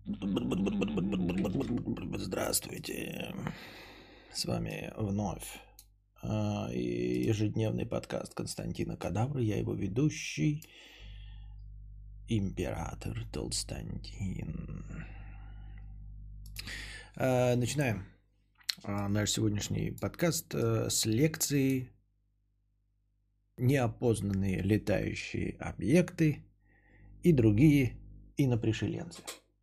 Здравствуйте. С вами вновь ежедневный подкаст Константина Кадавра. Я его ведущий, император Толстантин. Начинаем наш сегодняшний подкаст с лекции «Неопознанные летающие объекты и другие инопришеленцы».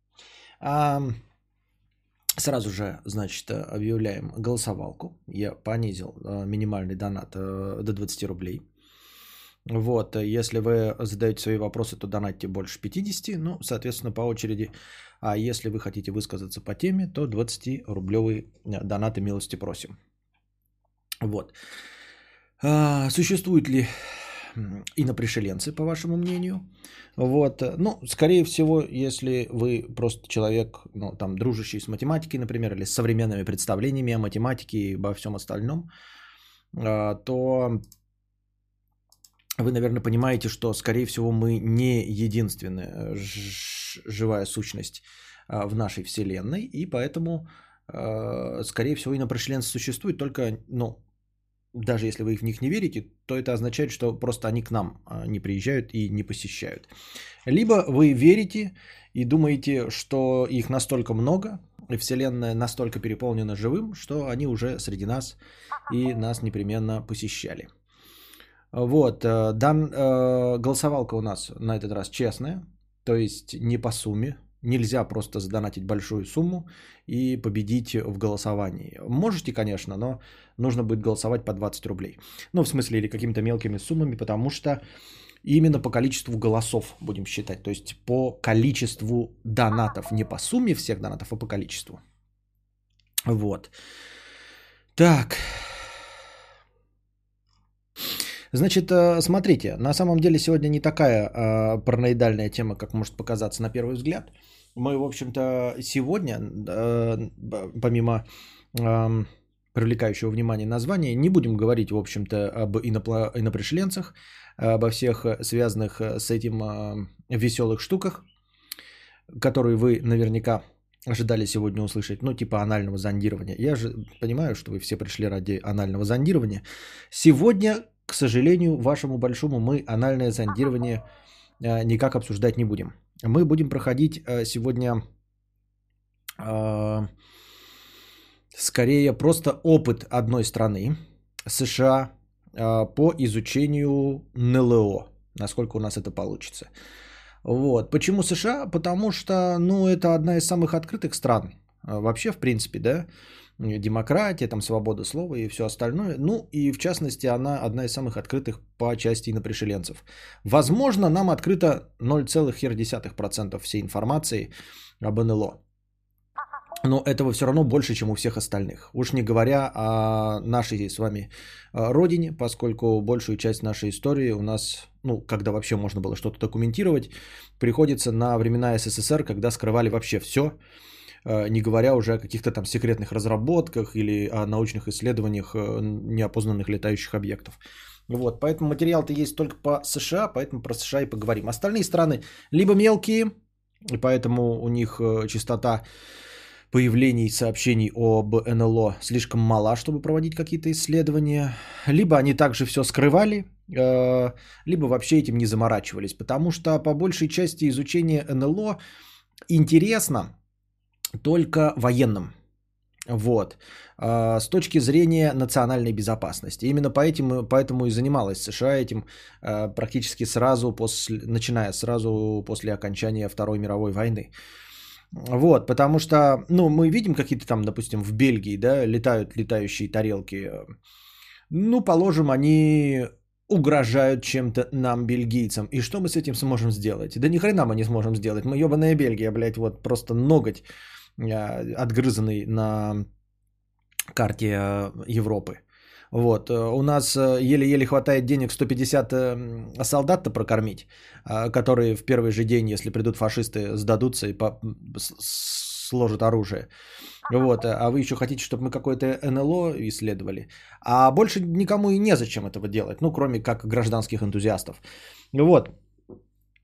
Сразу же, значит, объявляем голосовалку. Я понизил минимальный донат до 20 рублей. Вот, если вы задаете свои вопросы, то донатьте больше 50, ну, соответственно, по очереди. А если вы хотите высказаться по теме, то 20-рублевые донаты милости просим. Вот. Существуют ли инопришеленцы, по вашему мнению? Вот. Ну, скорее всего, если вы просто человек, ну, там, дружащий с математикой, например, или с современными представлениями о математике и обо всем остальном, то вы, наверное, понимаете, что, скорее всего, мы не единственная живая сущность в нашей Вселенной, и поэтому, скорее всего, инопришеленцы существуют, только, ну, даже если вы в них не верите, то это означает, что просто они к нам не приезжают и не посещают. Либо вы верите и думаете, что их настолько много, и Вселенная настолько переполнена живым, что они уже среди нас и нас непременно посещали. Вот, голосовалка у нас на этот раз честная, то есть не по сумме. Нельзя просто задонатить большую сумму и победить в голосовании. Можете, конечно, но нужно будет голосовать по 20 рублей. Ну, в смысле, или какими-то мелкими суммами, потому что именно по количеству голосов будем считать. То есть по количеству донатов. Не по сумме всех донатов, а по количеству. Вот. Так. Значит, смотрите, на самом деле сегодня не такая параноидальная тема, как может показаться на первый взгляд. Мы, в общем-то, сегодня, помимо привлекающего внимания названия, не будем говорить, в общем-то, об инопришеленцах, обо всех связанных с этим веселых штуках, которые вы наверняка ожидали сегодня услышать, ну, типа анального зондирования. Я же понимаю, что вы все пришли ради анального зондирования. Сегодня, к сожалению, вашему большому, мы анальное зондирование никак обсуждать не будем. Мы будем проходить сегодня скорее просто опыт одной страны, США, по изучению НЛО, насколько у нас это получится. Вот. Почему США? Потому что, ну, это одна из самых открытых стран. Вообще, в принципе, да, демократия, там, свобода слова и все остальное. Ну, и в частности, она одна из самых открытых по части инопришеленцев. Возможно, нам открыто 0,1% всей информации об НЛО. Но этого все равно больше, чем у всех остальных. Уж не говоря о нашей с вами родине, поскольку большую часть нашей истории у нас, ну, когда вообще можно было что-то документировать, приходится на времена СССР, когда скрывали вообще все, не говоря уже о каких-то там секретных разработках или о научных исследованиях неопознанных летающих объектов. Вот, поэтому материал-то есть только по США, поэтому про США и поговорим. Остальные страны либо мелкие, и поэтому у них частота появлений сообщений об НЛО слишком мала, чтобы проводить какие-то исследования, либо они также все скрывали, либо вообще этим не заморачивались, потому что по большей части изучение НЛО интересно только военным. Вот. С точки зрения национальной безопасности. Именно поэтому и занималась США этим практически сразу, начиная сразу после окончания Второй мировой войны. Вот, потому что, ну, мы видим какие-то там, допустим, в Бельгии, да, летают летающие тарелки. Ну, положим, они угрожают чем-то нам, бельгийцам. И что мы с этим сможем сделать? Да ни хрена мы не сможем сделать. Мы ебаная Бельгия, блядь, вот просто ноготь отгрызанный на карте Европы. Вот. У нас еле-еле хватает денег 150 солдат-то прокормить, которые в первый же день, если придут фашисты, сдадутся и сложат оружие. Вот. А вы еще хотите, чтобы мы какое-то НЛО исследовали? А больше никому и незачем этого делать, ну, кроме как гражданских энтузиастов. Вот.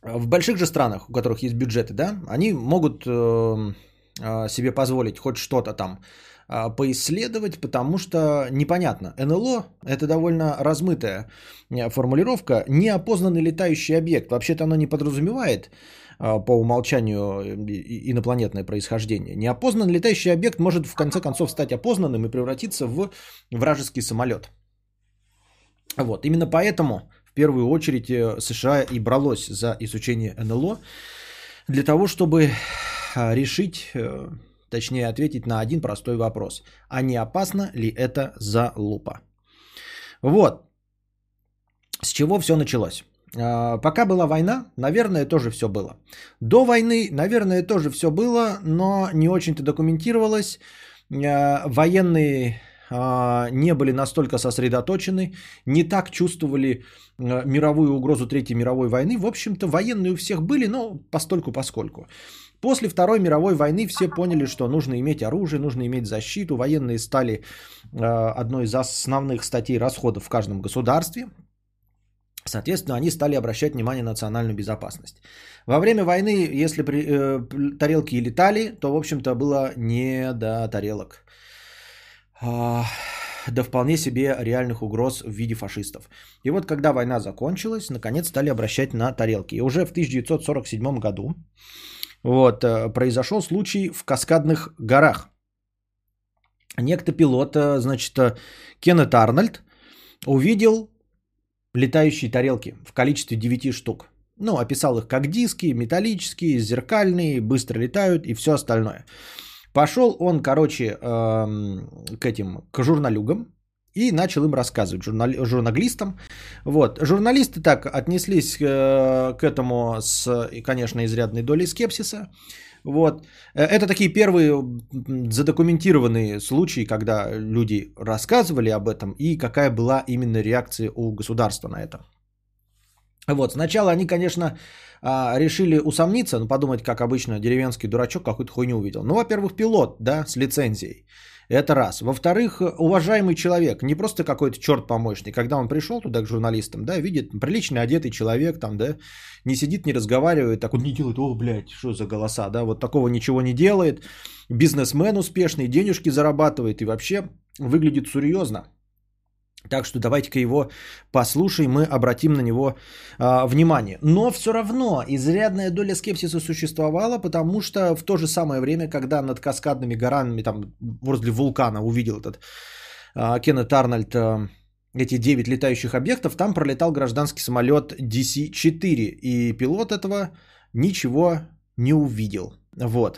В больших же странах, у которых есть бюджеты, да, они могут себе позволить хоть что-то там поисследовать, потому что непонятно. НЛО – это довольно размытая формулировка. Неопознанный летающий объект. Вообще-то оно не подразумевает по умолчанию инопланетное происхождение. Неопознанный летающий объект может в конце концов стать опознанным и превратиться в вражеский самолет. Вот. Именно поэтому в первую очередь США и бралось за изучение НЛО для того, чтобы решить, точнее ответить на один простой вопрос. А не опасна ли это залупа? Вот. С чего все началось? Пока была война, наверное, тоже все было. До войны, наверное, тоже все было, но не очень-то документировалось. Военные не были настолько сосредоточены, не так чувствовали мировую угрозу Третьей мировой войны. В общем-то, военные у всех были, но постольку-поскольку. После Второй мировой войны все поняли, что нужно иметь оружие, нужно иметь защиту. Военные стали одной из основных статей расходов в каждом государстве. Соответственно, они стали обращать внимание на национальную безопасность. Во время войны, если тарелки летали, то, в общем-то, было не до тарелок. До вполне себе реальных угроз в виде фашистов. И вот, когда война закончилась, наконец стали обращать на тарелки. И уже в 1947 году произошел случай в Каскадных горах. Некто пилот, значит, Кеннет Арнольд, увидел летающие тарелки в количестве 9 штук. Ну, описал их как диски, металлические, зеркальные, быстро летают и все остальное. Пошел он, короче, к журналюгам и начал им рассказывать, журналистам. Вот. Журналисты так отнеслись к этому с, конечно, изрядной долей скепсиса. Вот. Это такие первые задокументированные случаи, когда люди рассказывали об этом и какая была именно реакция у государства на это. Вот. Сначала они, конечно, решили усомниться, ну, подумать, как обычно, деревенский дурачок какую-то хуйню увидел. Ну, во-первых, пилот, да, с лицензией. Это раз. Во-вторых, уважаемый человек, не просто какой-то черт-помощник. Когда он пришел туда к журналистам, да, видит прилично одетый человек, там, да, не сидит, не разговаривает, так он не делает, о, блядь, что за голоса, да, вот такого ничего не делает. Бизнесмен успешный, денежки зарабатывает и вообще выглядит серьезно. Так что давайте-ка его послушаем, мы обратим на него внимание. Но все равно изрядная доля скепсиса существовала, потому что в то же самое время, когда над Каскадными горами, там возле вулкана увидел этот Кеннет Арнольд эти 9 летающих объектов, там пролетал гражданский самолет DC-4, и пилот этого ничего не увидел. Вот.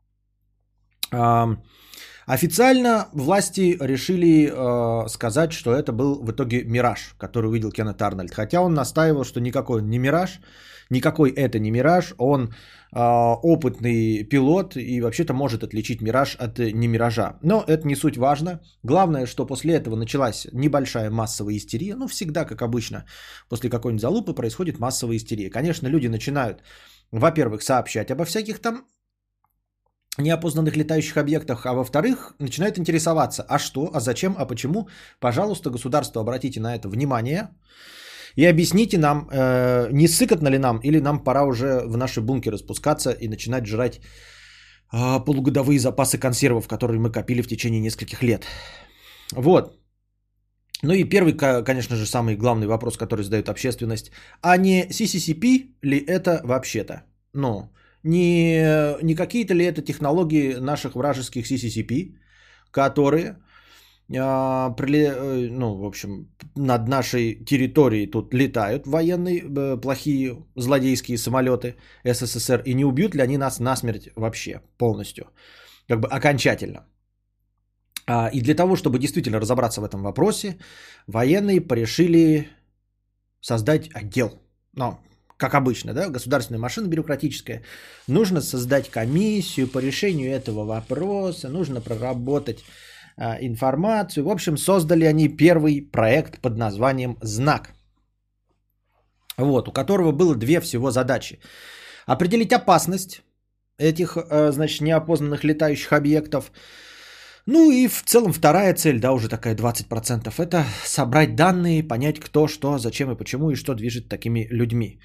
Официально власти решили сказать, что это был в итоге мираж, который увидел Кеннет Арнольд. Хотя он настаивал, что никакой не мираж, никакой это не мираж. Он опытный пилот и вообще-то может отличить мираж от не миража. Но это не суть важно. Главное, что после этого началась небольшая массовая истерия. Ну, всегда, как обычно, после какой-нибудь залупы происходит массовая истерия. Конечно, люди начинают, во-первых, сообщать обо всяких там неопознанных летающих объектах, а во-вторых, начинают интересоваться, а что, а зачем, а почему. Пожалуйста, государство, обратите на это внимание и объясните нам, не сыкотно ли нам, или нам пора уже в наши бункеры спускаться и начинать жрать полугодовые запасы консервов, которые мы копили в течение нескольких лет. Вот. Ну и первый, конечно же, самый главный вопрос, который задает общественность. А не CCCP ли это вообще-то? Ну, не какие-то ли это технологии наших вражеских CCCP, которые, ну, в общем, над нашей территорией тут летают военные, плохие, злодейские самолеты СССР, и не убьют ли они нас насмерть вообще полностью, как бы окончательно. И для того, чтобы действительно разобраться в этом вопросе, военные порешили создать отдел. Но, как обычно, да, государственная машина бюрократическая. Нужно создать комиссию по решению этого вопроса, нужно проработать информацию. В общем, создали они первый проект под названием «Знак», вот, у которого было две всего задачи. Определить опасность этих, значит, неопознанных летающих объектов. Ну и в целом вторая цель, да, уже такая 20%, это собрать данные, понять кто, что, зачем и почему, и что движет такими людьми.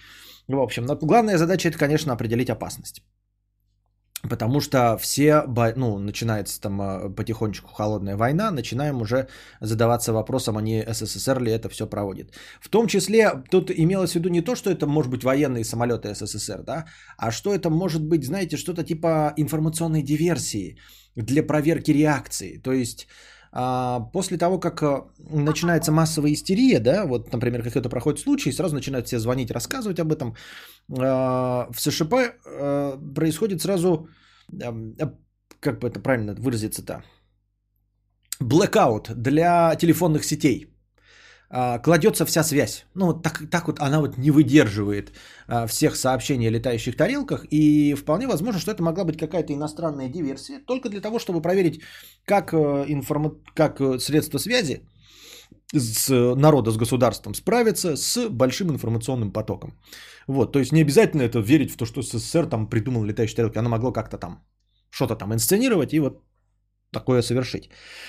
В общем, но главная задача это, конечно, определить опасность. Потому что все, ну, начинается там потихонечку холодная война, начинаем уже задаваться вопросом, а не СССР ли это все проводит. В том числе тут имелось в виду не то, что это может быть военные самолеты СССР, да, а что это может быть, знаете, что-то типа информационной диверсии для проверки реакции. То есть после того, как начинается массовая истерия, да, вот, например, какой-то проходит случай, сразу начинают все звонить, рассказывать об этом, в СШП происходит сразу, как бы это правильно выразиться-то, blackout для телефонных сетей. Кладется вся связь. Ну, вот так вот она вот не выдерживает всех сообщений о летающих тарелках. И вполне возможно, что это могла быть какая-то иностранная диверсия. Только для того, чтобы проверить, как средства связи с народа, с государством справиться с большим информационным потоком. Вот, то есть не обязательно это верить в то, что СССР там придумал летающие тарелки. Она могла как-то там что-то там инсценировать и вот такое совершить.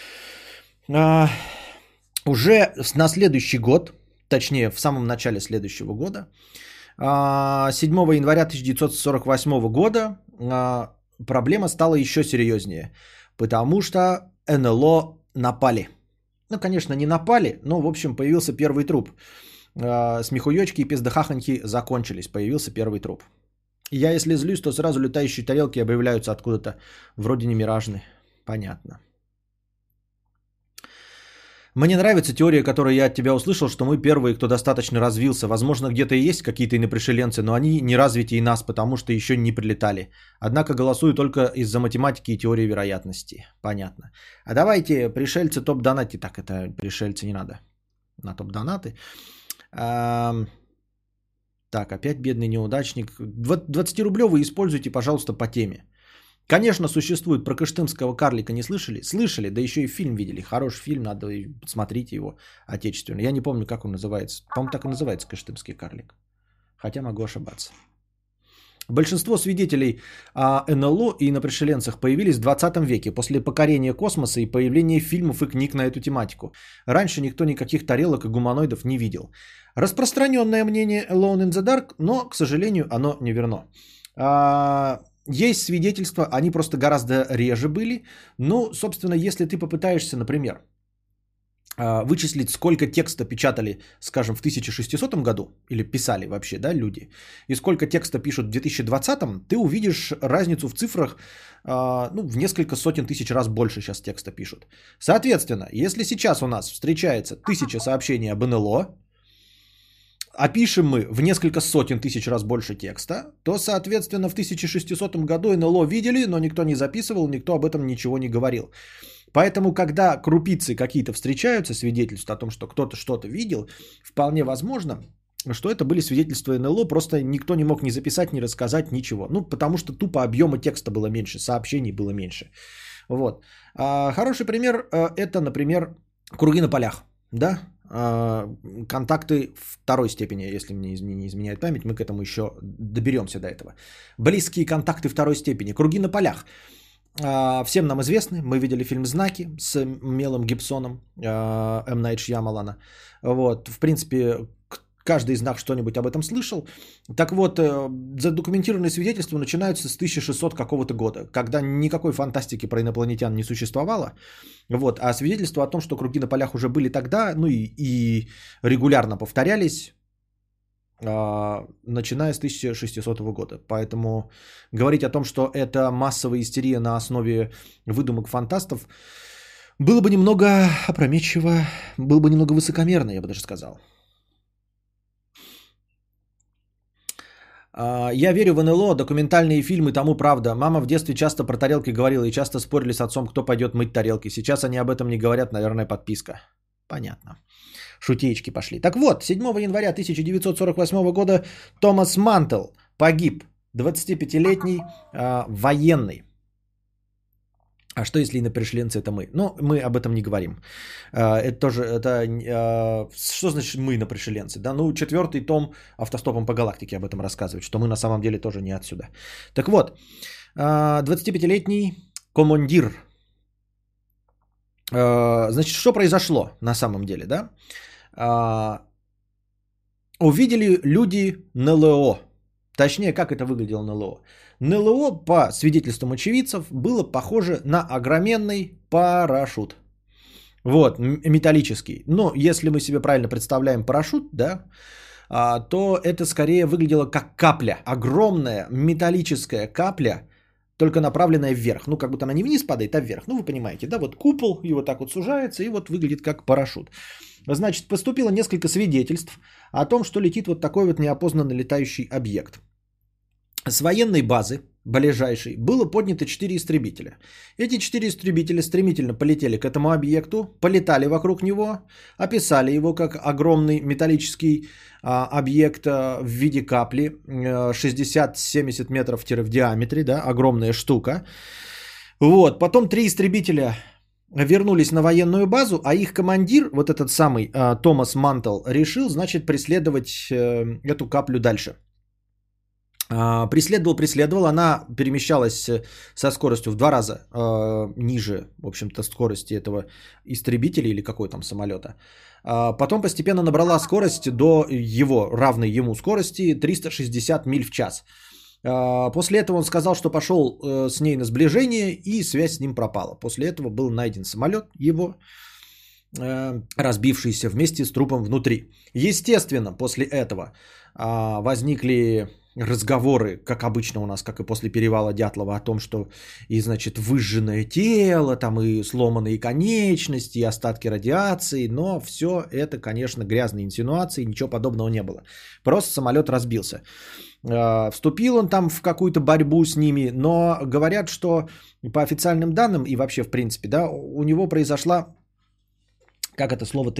Уже на следующий год, точнее в самом начале следующего года, 7 января 1948 года проблема стала еще серьезнее, потому что НЛО напали. Ну, конечно, не напали, но, в общем, появился первый труп. Смехуёчки и пиздахахоньки закончились, появился первый труп. Я, если злюсь, то сразу летающие тарелки объявляются откуда-то, вроде не миражны. Понятно. Мне нравится теория, которую я от тебя услышал, что мы первые, кто достаточно развился. Возможно, где-то и есть какие-то инопришеленцы, но они не развитие и нас, потому что еще не прилетали. Однако голосую только из-за математики и теории вероятности. Понятно. А давайте пришельцы топ-донаты. Так, это пришельцы не надо. На топ-донаты. Так, опять бедный неудачник. 20-рублевый используйте, пожалуйста, по теме. Конечно, существует. Про кыштымского карлика не слышали? Слышали, да еще и фильм видели. Хороший фильм, надо смотрите его отечественно. Я не помню, как он называется. По-моему, так и называется кыштымский карлик. Хотя могу ошибаться. Большинство свидетелей о НЛО и инопришеленцах появились в 20 веке, после покорения космоса и появления фильмов и книг на эту тематику. Раньше никто никаких тарелок и гуманоидов не видел. Распространенное мнение Alone in the Dark, но, к сожалению, оно не верно. Есть свидетельства, они просто гораздо реже были. Ну, собственно, если ты попытаешься, например, вычислить, сколько текста печатали, скажем, в 1600 году, или писали вообще, да, люди, и сколько текста пишут в 2020, ты увидишь разницу в цифрах, ну, в несколько сотен тысяч раз больше сейчас текста пишут. Соответственно, если сейчас у нас встречается 1000 сообщений об НЛО, а пишем мы в несколько сотен тысяч раз больше текста, то, соответственно, в 1600 году НЛО видели, но никто не записывал, никто об этом ничего не говорил. Поэтому, когда крупицы какие-то встречаются, свидетельства о том, что кто-то что-то видел, вполне возможно, что это были свидетельства НЛО, просто никто не мог ни записать, ни рассказать, ничего. Ну, потому что тупо объема текста было меньше, сообщений было меньше. Вот. Хороший пример – это, например, круги на полях. Да, контакты второй степени, если мне не изменяет память, мы к этому еще доберемся до этого. Близкие контакты второй степени, круги на полях. Всем нам известны, мы видели фильм «Знаки» с Мелом Гибсоном, М. Найт Шьямалана. Вот, в принципе, каждый из нас что-нибудь об этом слышал. Так вот, задокументированные свидетельства начинаются с 1600 какого-то года, когда никакой фантастики про инопланетян не существовало. Вот, а свидетельства о том, что круги на полях уже были тогда, ну и регулярно повторялись, начиная с 1600 года. Поэтому говорить о том, что это массовая истерия на основе выдумок фантастов, было бы немного опрометчиво, было бы немного высокомерно, я бы даже сказал. Я верю в НЛО, документальные фильмы, тому правда. Мама в детстве часто про тарелки говорила и часто спорили с отцом, кто пойдет мыть тарелки. Сейчас они об этом не говорят, наверное, подписка. Понятно. Шутеечки пошли. Так вот, 7 января 1948 года Томас Мантел погиб. 25-летний военный. А что если инопришеленцы это мы? Ну, мы об этом не говорим. Это тоже, что значит мы инопришеленцы? Да, ну, 4 том «Автостопом по галактике» об этом рассказывает, что мы на самом деле тоже не отсюда. Так вот, 25-летний командир. Значит, что произошло на самом деле, да? увидели люди НЛО. Точнее, как это выглядело НЛО. НЛО, по свидетельствам очевидцев, было похоже на огроменный парашют. Вот, металлический. Но если мы себе правильно представляем парашют, да, то это скорее выглядело как капля. Огромная металлическая капля, только направленная вверх. Ну, как будто она не вниз падает, а вверх. Ну, вы понимаете, да, вот купол, и вот так вот сужается, и вот выглядит как парашют. Значит, поступило несколько свидетельств о том, что летит вот такой вот неопознанный летающий объект. С военной базы ближайшей было поднято 4 истребителя. Эти 4 истребителя стремительно полетели к этому объекту, полетали вокруг него, описали его как огромный металлический объект в виде капли, 60-70 метров в диаметре, да, огромная штука. Вот, потом 3 истребителя вернулись на военную базу, а их командир, вот этот самый Томас Мантл, решил, значит, преследовать эту каплю дальше. Преследовал, она перемещалась со скоростью в 2 раза ниже, в общем-то, скорости этого истребителя или какой там самолета. Потом постепенно набрала скорость до его, равной ему скорости, 360 миль в час. После этого он сказал, что пошел с ней на сближение, и связь с ним пропала. После этого был найден самолет его, разбившийся вместе с трупом внутри. Естественно, после этого возникли разговоры, как обычно у нас, как и после перевала Дятлова, о том, что и, значит, выжженное тело, там и сломанные конечности, и остатки радиации, но все это, конечно, грязные инсинуации, ничего подобного не было. Просто самолет разбился. Вступил он там в какую-то борьбу с ними, но говорят, что по официальным данным и вообще в принципе, да, у него произошла, как это слово-то,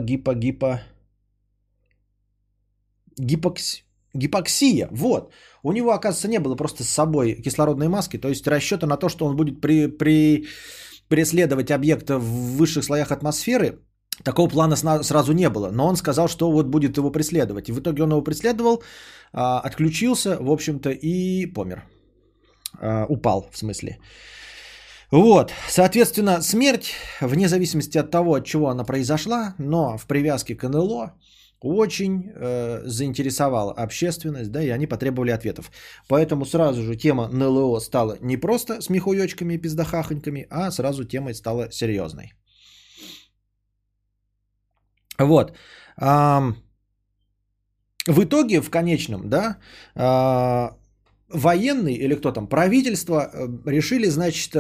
гипоксия, вот. У него, оказывается, не было просто с собой кислородной маски, то есть расчета на то, что он будет преследовать объекта в высших слоях атмосферы, такого плана сразу не было. Но он сказал, что вот будет его преследовать. И в итоге он его преследовал, отключился, в общем-то, и помер. Упал, в смысле. Вот, соответственно, смерть, вне зависимости от того, от чего она произошла, но в привязке к НЛО, очень заинтересовала общественность, да, и они потребовали ответов. Поэтому сразу же тема НЛО стала не просто смехуёчками и пиздахахоньками, а сразу темой стала серьезной. Вот. В итоге, в конечном, да, военные или кто там, правительство решили, значит,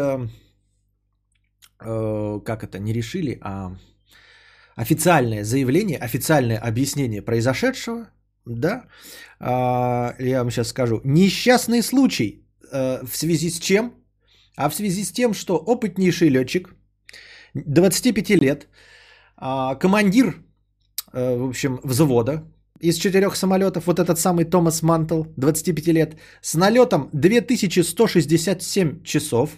как это, не решили, а официальное заявление, официальное объяснение произошедшего, да, я вам сейчас скажу, несчастный случай, в связи с чем? А в связи с тем, что опытнейший летчик, 25 лет, командир, в общем, взвода из 4 самолетов, вот этот самый Томас Мантл, 25 лет, с налетом 2167 часов,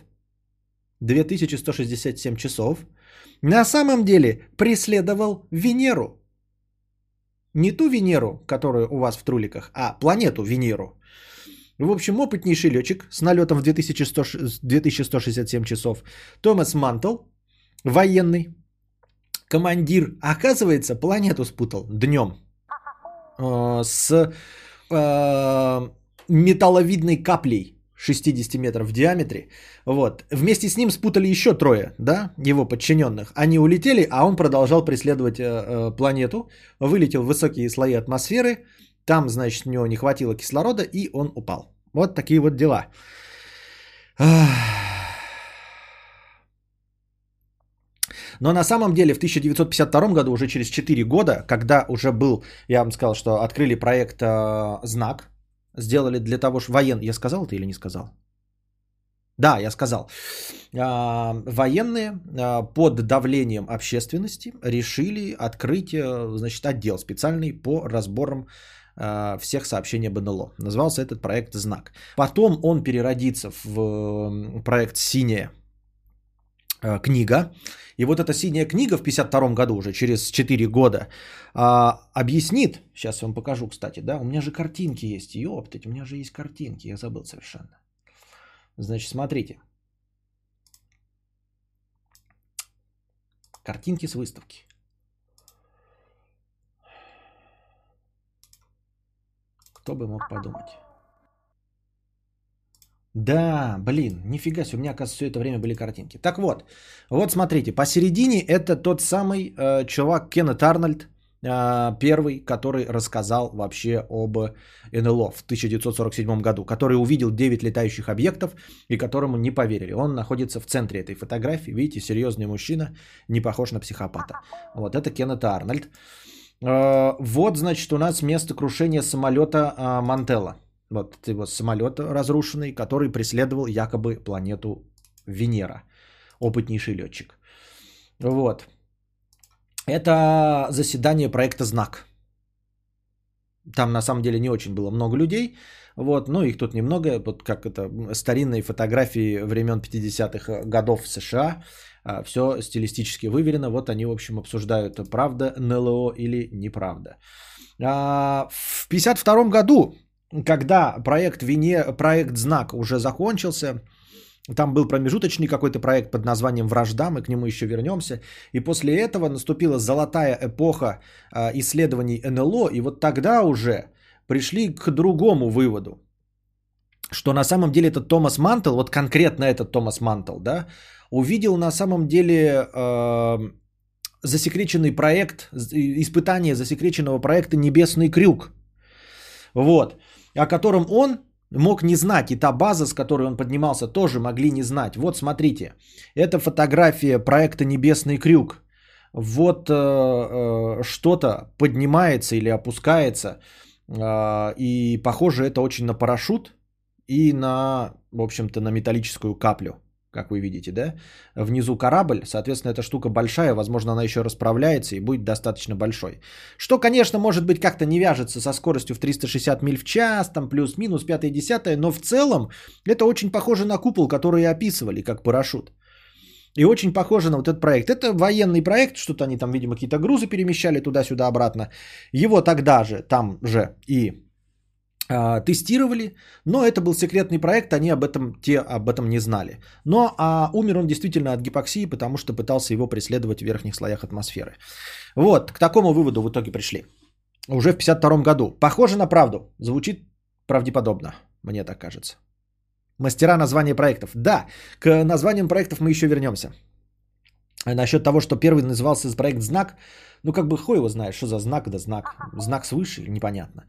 2167 часов, на самом деле преследовал Венеру. Не ту Венеру, которая у вас в труликах, а планету Венеру. В общем, опытнейший летчик с налетом в 2167 часов, Томас Мантл, военный, командир, оказывается, планету спутал днем с металловидной каплей 60 метров в диаметре. Вот. Вместе с ним спутали еще 3, да, его подчиненных. Они улетели, а он продолжал преследовать планету. Вылетел в высокие слои атмосферы. Там, значит, у него не хватило кислорода, и он упал. Вот такие вот дела. Но на самом деле в 1952 году, уже через 4 года, когда уже был, я вам сказал, что открыли проект «Знак», сделали для того, что я сказал это или не сказал? Да, я сказал. Военные под давлением общественности решили открыть, значит, отдел специальный по разборам всех сообщений об НЛО. Назывался этот проект «Знак». Потом он переродится в проект «Синяя книга». И вот эта «Синяя книга» в 1952 году, уже через 4 года, объяснит, сейчас я вам покажу, кстати, да, у меня же картинки есть, ёптать, у меня же есть картинки, я забыл совершенно. Значит, смотрите. Картинки с выставки. Кто бы мог подумать? Да, блин, нифига себе, у меня, оказывается, все это время были картинки. Так вот, вот смотрите, посередине это тот самый чувак Кеннет Арнольд, первый, который рассказал вообще об НЛО в 1947 году, который увидел 9 летающих объектов и которому не поверили. Он находится в центре этой фотографии, видите, серьезный мужчина, не похож на психопата. Вот это Кеннет Арнольд. Вот, значит, у нас место крушения самолета Мантелла. Вот его самолет разрушенный, который преследовал якобы планету Венера. Опытнейший летчик. Вот. Это заседание проекта «Знак». Там на самом деле не очень было много людей. Вот, ну их тут немного. Вот как это старинные фотографии времен 50-х годов в США. Все стилистически выверено. Вот они, в общем, обсуждают, правда НЛО или неправда. В 1952 году, когда проект «Знак» уже закончился, там был промежуточный какой-то проект под названием «Вражда», мы к нему еще вернемся. И после этого наступила золотая эпоха исследований НЛО, и вот тогда уже пришли к другому выводу, что на самом деле этот Томас Мантел, вот конкретно этот Томас Мантел, да, увидел на самом деле засекреченный проект, испытание засекреченного проекта «Небесный крюк». Вот, о котором он мог не знать, и та база, с которой он поднимался, тоже могли не знать. Вот смотрите, это фотография проекта «Небесный крюк». Вот что-то поднимается или опускается, и похоже это очень на парашют и на, в общем-то, на металлическую каплю. Как вы видите, да? Внизу корабль, соответственно, эта штука большая, возможно, она еще расправляется и будет достаточно большой. Что, конечно, может быть, как-то не вяжется со скоростью в 360 миль в час, там плюс-минус 5-10, но в целом это очень похоже на купол, который описывали, как парашют. И очень похоже на вот этот проект. Это военный проект, что-то они там, видимо, какие-то грузы перемещали туда-сюда обратно. Его тогда же, там же и тестировали, но это был секретный проект, они об этом не знали. Но умер он действительно от гипоксии, потому что пытался его преследовать в верхних слоях атмосферы. Вот, к такому выводу в итоге пришли. Уже в 1952 году. Похоже на правду. Звучит правдеподобно, мне так кажется. Мастера названия проектов. Да, к названиям проектов мы еще вернемся. Насчет того, что первый назывался проект «Знак», ну как бы хуй его знает, что за знак, да знак. Знак свыше, непонятно.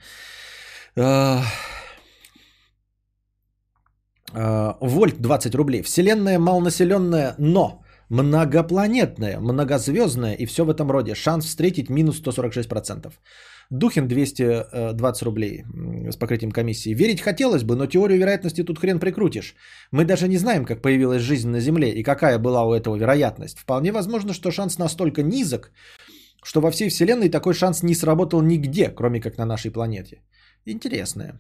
Вольт 20 рублей. Вселенная малонаселенная, но многопланетная, многозвездная и все в этом роде. Шанс встретить минус 146%. Духин 220 рублей с покрытием комиссии. Верить хотелось бы, но теорию вероятности тут хрен прикрутишь. Мы даже не знаем, как появилась жизнь на Земле и какая была у этого вероятность. Вполне возможно, что шанс настолько низок, что во всей Вселенной такой шанс не сработал нигде, кроме как на нашей планете. Интересная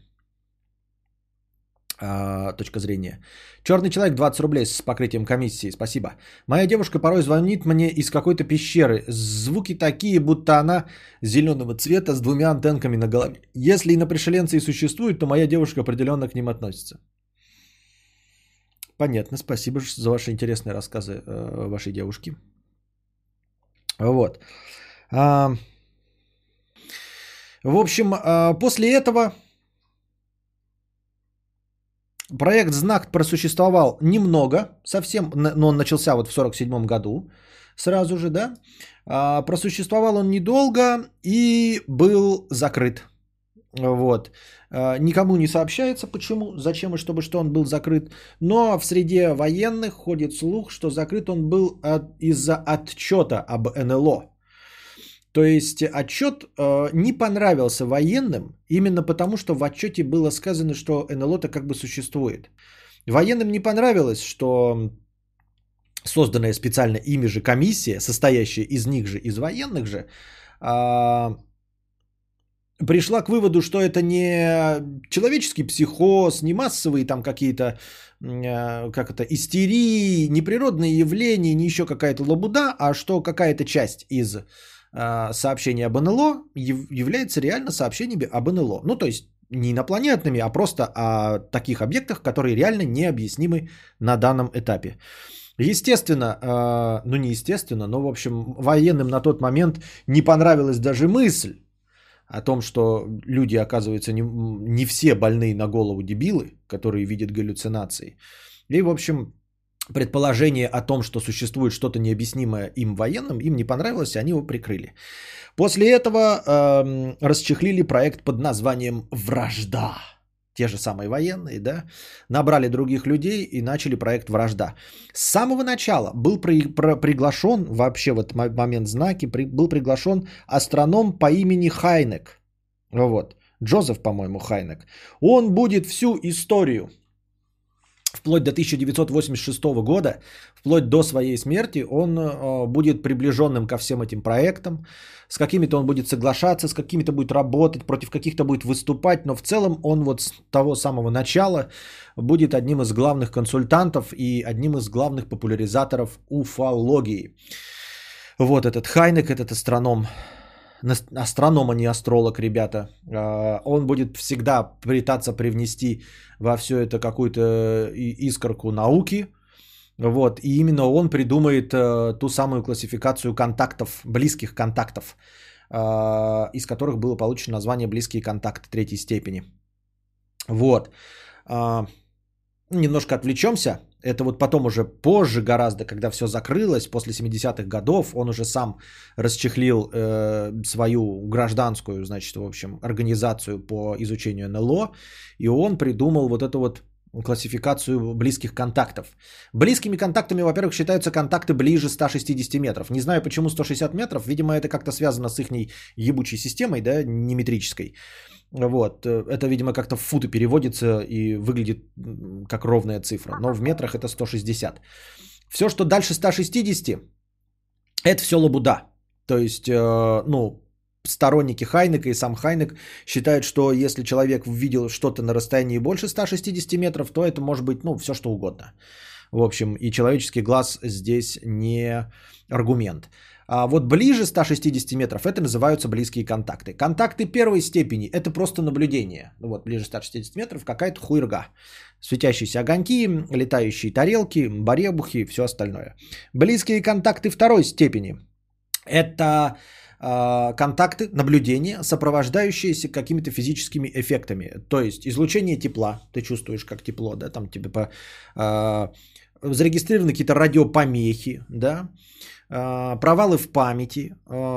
точка зрения. Черный человек 20 рублей с покрытием комиссии. Спасибо. Моя девушка порой звонит мне из какой-то пещеры. Звуки такие, будто она зеленого цвета с двумя антенками на голове. Если инопришеленцы и существуют, то моя девушка определенно к ним относится. Понятно. Спасибо за ваши интересные рассказы вашей девушки. Вот. В общем, после этого проект «Знак» просуществовал немного, совсем, но он начался вот в 1947 году, сразу же, да. Просуществовал он недолго и был закрыт. Вот. Никому не сообщается, почему, зачем и чтобы, что он был закрыт. Но в среде военных ходит слух, что закрыт он был из-за отчета об НЛО. То есть отчет не понравился военным, именно потому, что в отчете было сказано, что НЛО-то как бы существует. Военным не понравилось, что созданная специально ими же комиссия, состоящая из них же, из военных же, пришла к выводу, что это не человеческий психоз, не массовые там какие-то, как это, истерии, неприродные явления, не еще какая-то лабуда, а что какая-то часть из сообщения об НЛО является реально сообщениями об НЛО. Ну, то есть не инопланетными, а просто о таких объектах, которые реально необъяснимы на данном этапе. Естественно, ну не естественно, но в общем военным на тот момент не понравилась даже мысль о том, что люди, оказывается, не все больные на голову дебилы, которые видят галлюцинации. И, в общем, предположение о том, что существует что-то необъяснимое им военным, им не понравилось, и они его прикрыли. После этого расчехлили проект под названием «Вражда». Те же самые военные, да, набрали других людей и начали проект «Вражда». С самого начала был приглашен, вообще в этот момент знаки, был приглашен астроном по имени Хайнек. Вот, Джозеф, по-моему, Хайнек. Он будет всю историю, вплоть до 1986 года, вплоть до своей смерти, он будет приближенным ко всем этим проектам. С какими-то он будет соглашаться, с какими-то будет работать, против каких-то будет выступать. Но в целом он вот с того самого начала будет одним из главных консультантов и одним из главных популяризаторов уфологии. Вот этот Хайнек, этот астроном. Астроном, а не астролог, ребята. Он будет всегда пытаться привнести во все это какую-то искорку науки. Вот. И именно он придумает ту самую классификацию контактов, близких контактов, из которых было получено название «близкие контакты третьей степени». Вот. Немножко отвлечемся. Это вот потом уже позже гораздо, когда все закрылось, после 70-х годов, он уже сам расчехлил свою гражданскую, значит, в общем, организацию по изучению НЛО, и он придумал вот эту вот классификацию близких контактов. Близкими контактами, во-первых, считаются контакты ближе 160 метров. Не знаю, почему 160 метров, видимо, это как-то связано с их ебучей системой, да, неметрической. Вот, это, видимо, как-то в футы переводится и выглядит как ровная цифра, но в метрах это 160. Все, что дальше 160, это все лабуда. То есть, ну, сторонники Хайнека и сам Хайнек считают, что если человек увидел что-то на расстоянии больше 160 метров, то это может быть, ну, все что угодно. В общем, и человеческий глаз здесь не аргумент. А вот ближе 160 метров это называются близкие контакты. Контакты первой степени это просто наблюдение. Вот ближе 160 метров какая-то хуйрга. Светящиеся огоньки, летающие тарелки, баребухи, все остальное. Близкие контакты второй степени это контакты, наблюдения, сопровождающиеся какими-то физическими эффектами. То есть излучение тепла, ты чувствуешь как тепло, да, там тебе зарегистрированы какие-то радиопомехи, да, провалы в памяти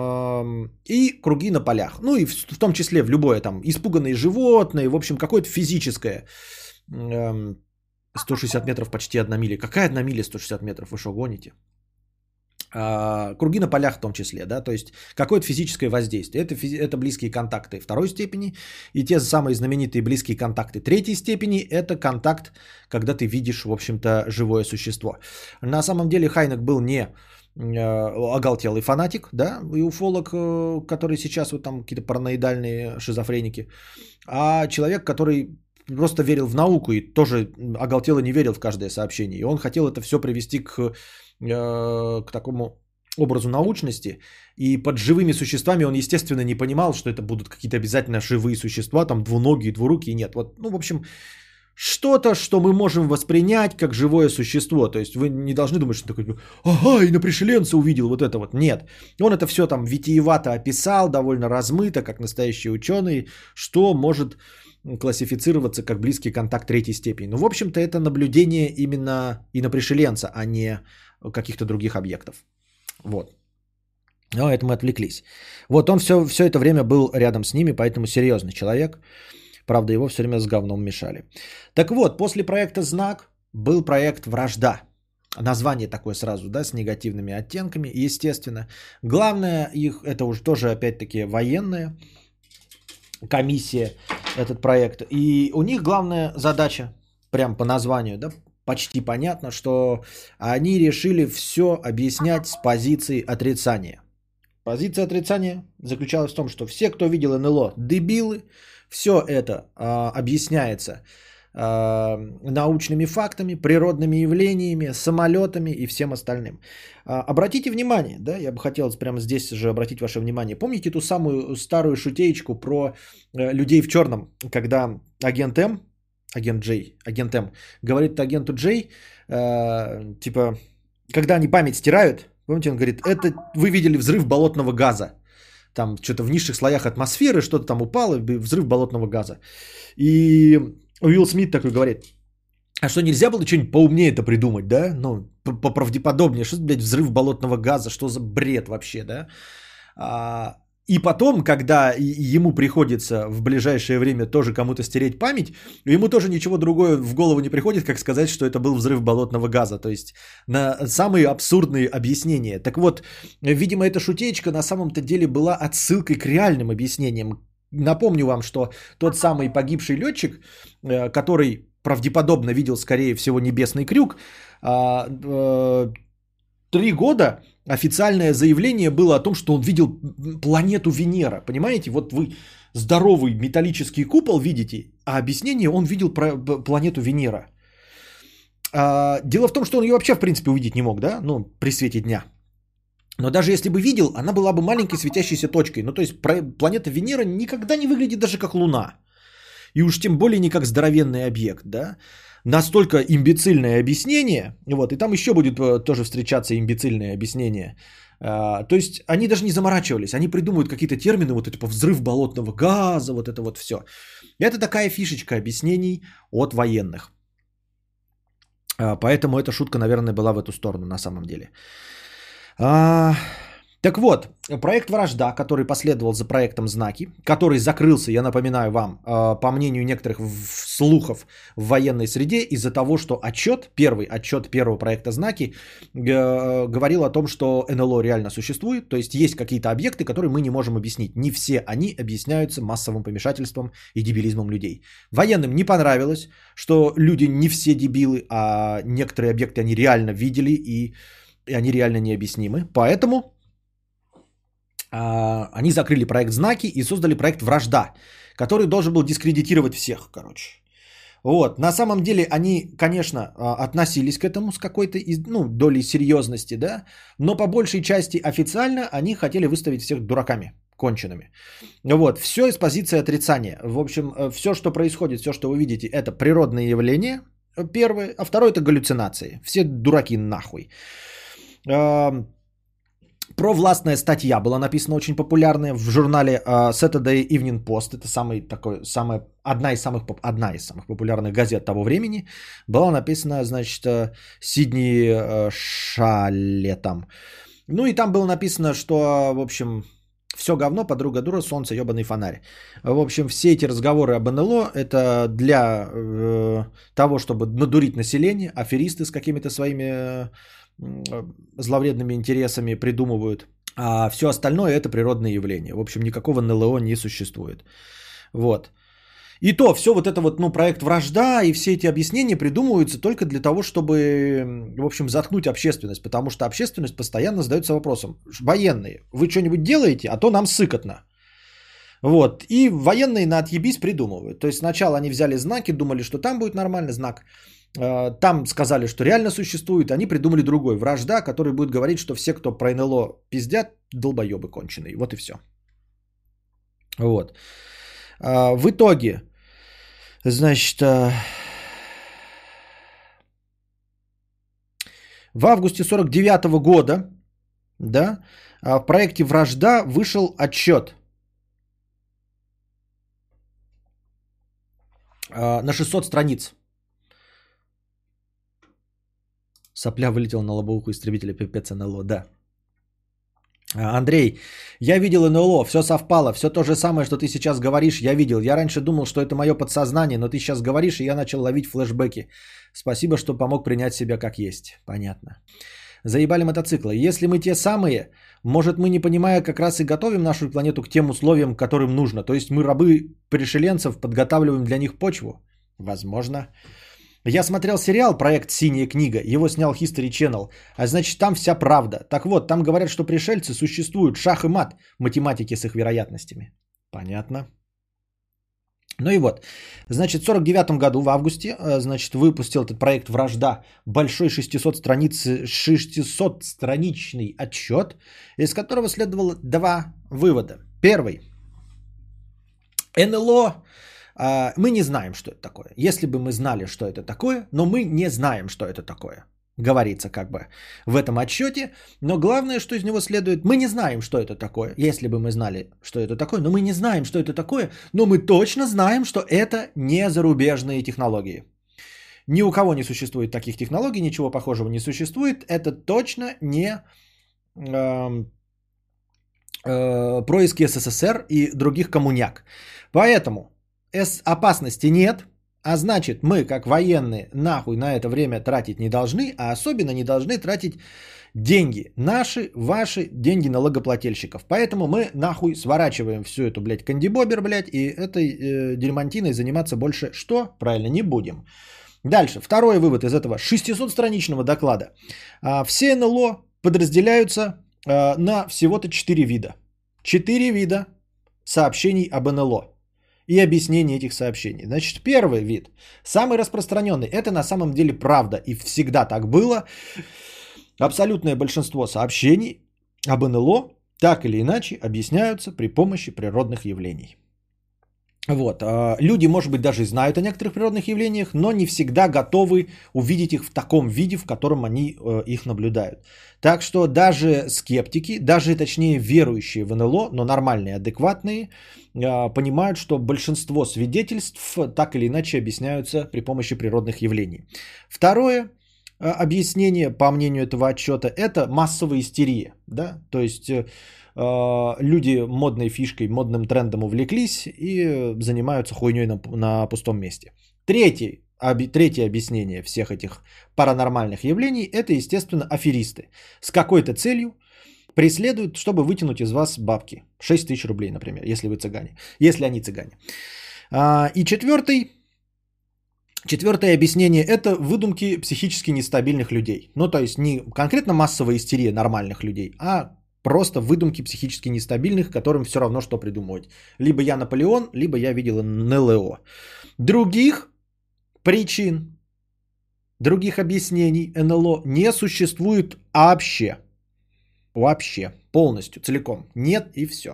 и круги на полях. Ну и в том числе в любое там испуганные животные, в общем, какое-то физическое. 160 метров почти 1 миля. Какая 1 миля 160 метров? Вы что, гоните? Круги на полях в том числе, да, то есть какое-то физическое воздействие. Это близкие контакты второй степени. И те самые знаменитые близкие контакты третьей степени – это контакт, когда ты видишь, в общем-то, живое существо. На самом деле Хайнек был не оголтелый фанатик, да, и уфолог, который сейчас вот там какие-то параноидальные шизофреники, а человек, который просто верил в науку и тоже оголтело не верил в каждое сообщение. И он хотел это все привести к такому образу научности. И под живыми существами он, естественно, не понимал, что это будут какие-то обязательно живые существа, там двуногие, двурукие, нет. Вот, ну, в общем, что-то, что мы можем воспринять как живое существо. То есть вы не должны думать, что такой, ага, инопришеленца увидел вот это вот. Нет. Он это все там витиевато описал, довольно размыто, как настоящий ученый, что может классифицироваться как близкий контакт третьей степени. Ну, в общем-то, это наблюдение именно инопришеленца, а не каких-то других объектов. Вот. Но это мы отвлеклись. Вот он все это время был рядом с ними, поэтому серьезный человек. Правда, его все время с говном мешали. Так вот, после проекта «Знак» был проект «Вражда». Название такое сразу, да, с негативными оттенками, естественно. Главное их, это уже тоже опять-таки военная комиссия, этот проект. И у них главная задача, прям по названию, да, почти понятно, что они решили все объяснять с позиции отрицания. Позиция отрицания заключалась в том, что все, кто видел НЛО, дебилы, все это объясняется научными фактами, природными явлениями, самолетами и всем остальным. Обратите внимание, да, я бы хотел прямо здесь же обратить ваше внимание. Помните ту самую старую шутеечку про людей в черном, когда агент М, агент М говорит агенту Джей, типа, когда они память стирают, помните, он говорит, это вы видели взрыв болотного газа. там что-то в низших слоях атмосферы, что-то там упало, взрыв болотного газа. И Уилл Смит такой говорит, а что, нельзя было что-нибудь поумнее это придумать, да? Ну, поправдеподобнее. Что, блядь, взрыв болотного газа? Что за бред вообще, да? И потом, когда ему приходится в ближайшее время тоже кому-то стереть память, ему тоже ничего другое в голову не приходит, как сказать, что это был взрыв болотного газа. То есть на самые абсурдные объяснения. Так вот, видимо, эта шутеечка на самом-то деле была отсылкой к реальным объяснениям. Напомню вам, что тот самый погибший летчик, который правдеподобно видел, скорее всего, небесный крюк, 3 года официальное заявление было о том, что он видел планету Венера. Понимаете, вот вы здоровый металлический купол видите, а объяснение он видел планету Венера. Дело в том, что он ее вообще в принципе увидеть не мог, да, ну, при свете дня. Но даже если бы видел, она была бы маленькой светящейся точкой. Ну, то есть планета Венера никогда не выглядит даже как Луна. И уж тем более не как здоровенный объект, да. Настолько имбецильное объяснение, вот, и там еще будет тоже встречаться имбецильное объяснение. То есть они даже не заморачивались, они придумывают какие-то термины, вот это типа взрыв болотного газа, вот это вот все. Это такая фишечка объяснений от военных. Поэтому эта шутка, наверное, была в эту сторону на самом деле. Так вот, проект «Вражда», который последовал за проектом «Знаки», который закрылся, я напоминаю вам, по мнению некоторых слухов в военной среде, из-за того, что первый отчет первого проекта «Знаки» говорил о том, что НЛО реально существует, то есть какие-то объекты, которые мы не можем объяснить. Не все они объясняются массовым помешательством и дебилизмом людей. Военным не понравилось, что люди не все дебилы, а некоторые объекты они реально видели и они реально необъяснимы. Поэтому они закрыли проект «Знаки» и создали проект «Вражда», который должен был дискредитировать всех, короче. Вот. На самом деле они, конечно, относились к этому с какой-то долей серьезности, да, но по большей части официально они хотели выставить всех дураками, конченными. Вот. Все из позиции отрицания. В общем, все, что происходит, все, что вы видите, это природные явления, первое, а второе это галлюцинации. Все дураки нахуй. Провластная статья была написана очень популярная в журнале Saturday Evening Post. Это одна из самых популярных газет того времени. Была написана, значит, Сидни Шалетом. Ну и там было написано, что, в общем, все говно, подруга дура, солнце, ебаный фонарь. В общем, все эти разговоры об НЛО это для того, чтобы надурить население, аферисты с какими-то своими зловредными интересами придумывают, а все остальное это природные явления. В общем, никакого НЛО не существует. Вот. И то, все вот это вот, проект «Вражда» и все эти объяснения придумываются только для того, чтобы, в общем, заткнуть общественность, потому что общественность постоянно задается вопросом: военные, вы что-нибудь делаете, а то нам сыкотно. Вот. И военные на отъебись придумывают. То есть сначала они взяли знаки, думали, что там будет нормальный знак. Там сказали, что реально существует. Они придумали другой «Вражда», который будет говорить, что все, кто про НЛО пиздят, долбоебы конченые. Вот и все. Вот. В итоге, значит, в августе 49 года, да, в проекте «Вражда» вышел отчет на 600 страниц. Сопля вылетела на лобовуху истребителя, пипец НЛО, да. Андрей, я видел НЛО, все совпало, все то же самое, что ты сейчас говоришь, я видел. Я раньше думал, что это мое подсознание, но ты сейчас говоришь, и я начал ловить флешбеки. Спасибо, что помог принять себя как есть. Понятно. Заебали мотоциклы. Если мы те самые, может мы, не понимая, как раз и готовим нашу планету к тем условиям, которым нужно. То есть мы рабы пришеленцев, подготавливаем для них почву? Возможно. Я смотрел сериал «Проект Синяя книга», его снял History Channel, а значит там вся правда. Так вот, там говорят, что пришельцы существуют, шах и мат, математики с их вероятностями. Понятно. Ну и вот, значит, в 49 году, в августе, значит, выпустил этот проект «Вражда» большой 600-страничный отчет, из которого следовало 2 вывода. Первый. НЛО... Мы не знаем, что это такое. Если бы мы знали, что это такое, но мы не знаем, что это такое. говорится как бы в этом отчете. Но главное, что из него следует, мы не знаем, что это такое. Если бы мы знали, что это такое, но мы не знаем, что это такое, но мы точно знаем, что это не зарубежные технологии. Ни у кого не существует таких технологий, ничего похожего не существует. Это точно не происки СССР и других коммуняк. Поэтому опасности нет, а значит мы, как военные, нахуй на это время тратить не должны, а особенно не должны тратить деньги. Наши, ваши, деньги налогоплательщиков. Поэтому мы нахуй сворачиваем всю эту, блядь, кандибобер, блядь, и этой дерьмантиной заниматься больше что? Правильно, не будем. Дальше, второй вывод из этого 600-страничного доклада. Все НЛО подразделяются на всего-то 4 вида. 4 вида сообщений об НЛО и объяснение этих сообщений. Значит, первый вид, самый распространенный, это на самом деле правда и всегда так было. Абсолютное большинство сообщений об НЛО так или иначе объясняются при помощи природных явлений. Вот. Люди, может быть, даже знают о некоторых природных явлениях, но не всегда готовы увидеть их в таком виде, в котором они их наблюдают. Так что даже скептики, даже точнее верующие в НЛО, но нормальные, адекватные, понимают, что большинство свидетельств так или иначе объясняются при помощи природных явлений. Второе объяснение, по мнению этого отчета, это массовая истерия. Да? То есть люди модной фишкой, модным трендом увлеклись и занимаются хуйней на пустом месте. Третье объяснение всех этих паранормальных явлений – это, естественно, аферисты. С какой-то целью преследуют, чтобы вытянуть из вас бабки. 6 тысяч рублей, например, если вы цыгане. Если они цыгане. И четвертое объяснение – это выдумки психически нестабильных людей. Ну, то есть не конкретно массовая истерия нормальных людей, а просто выдумки психически нестабильных, которым все равно, что придумывать. Либо я Наполеон, либо я видел НЛО. Других причин, других объяснений НЛО не существует вообще. Вообще. Полностью, целиком. Нет и все.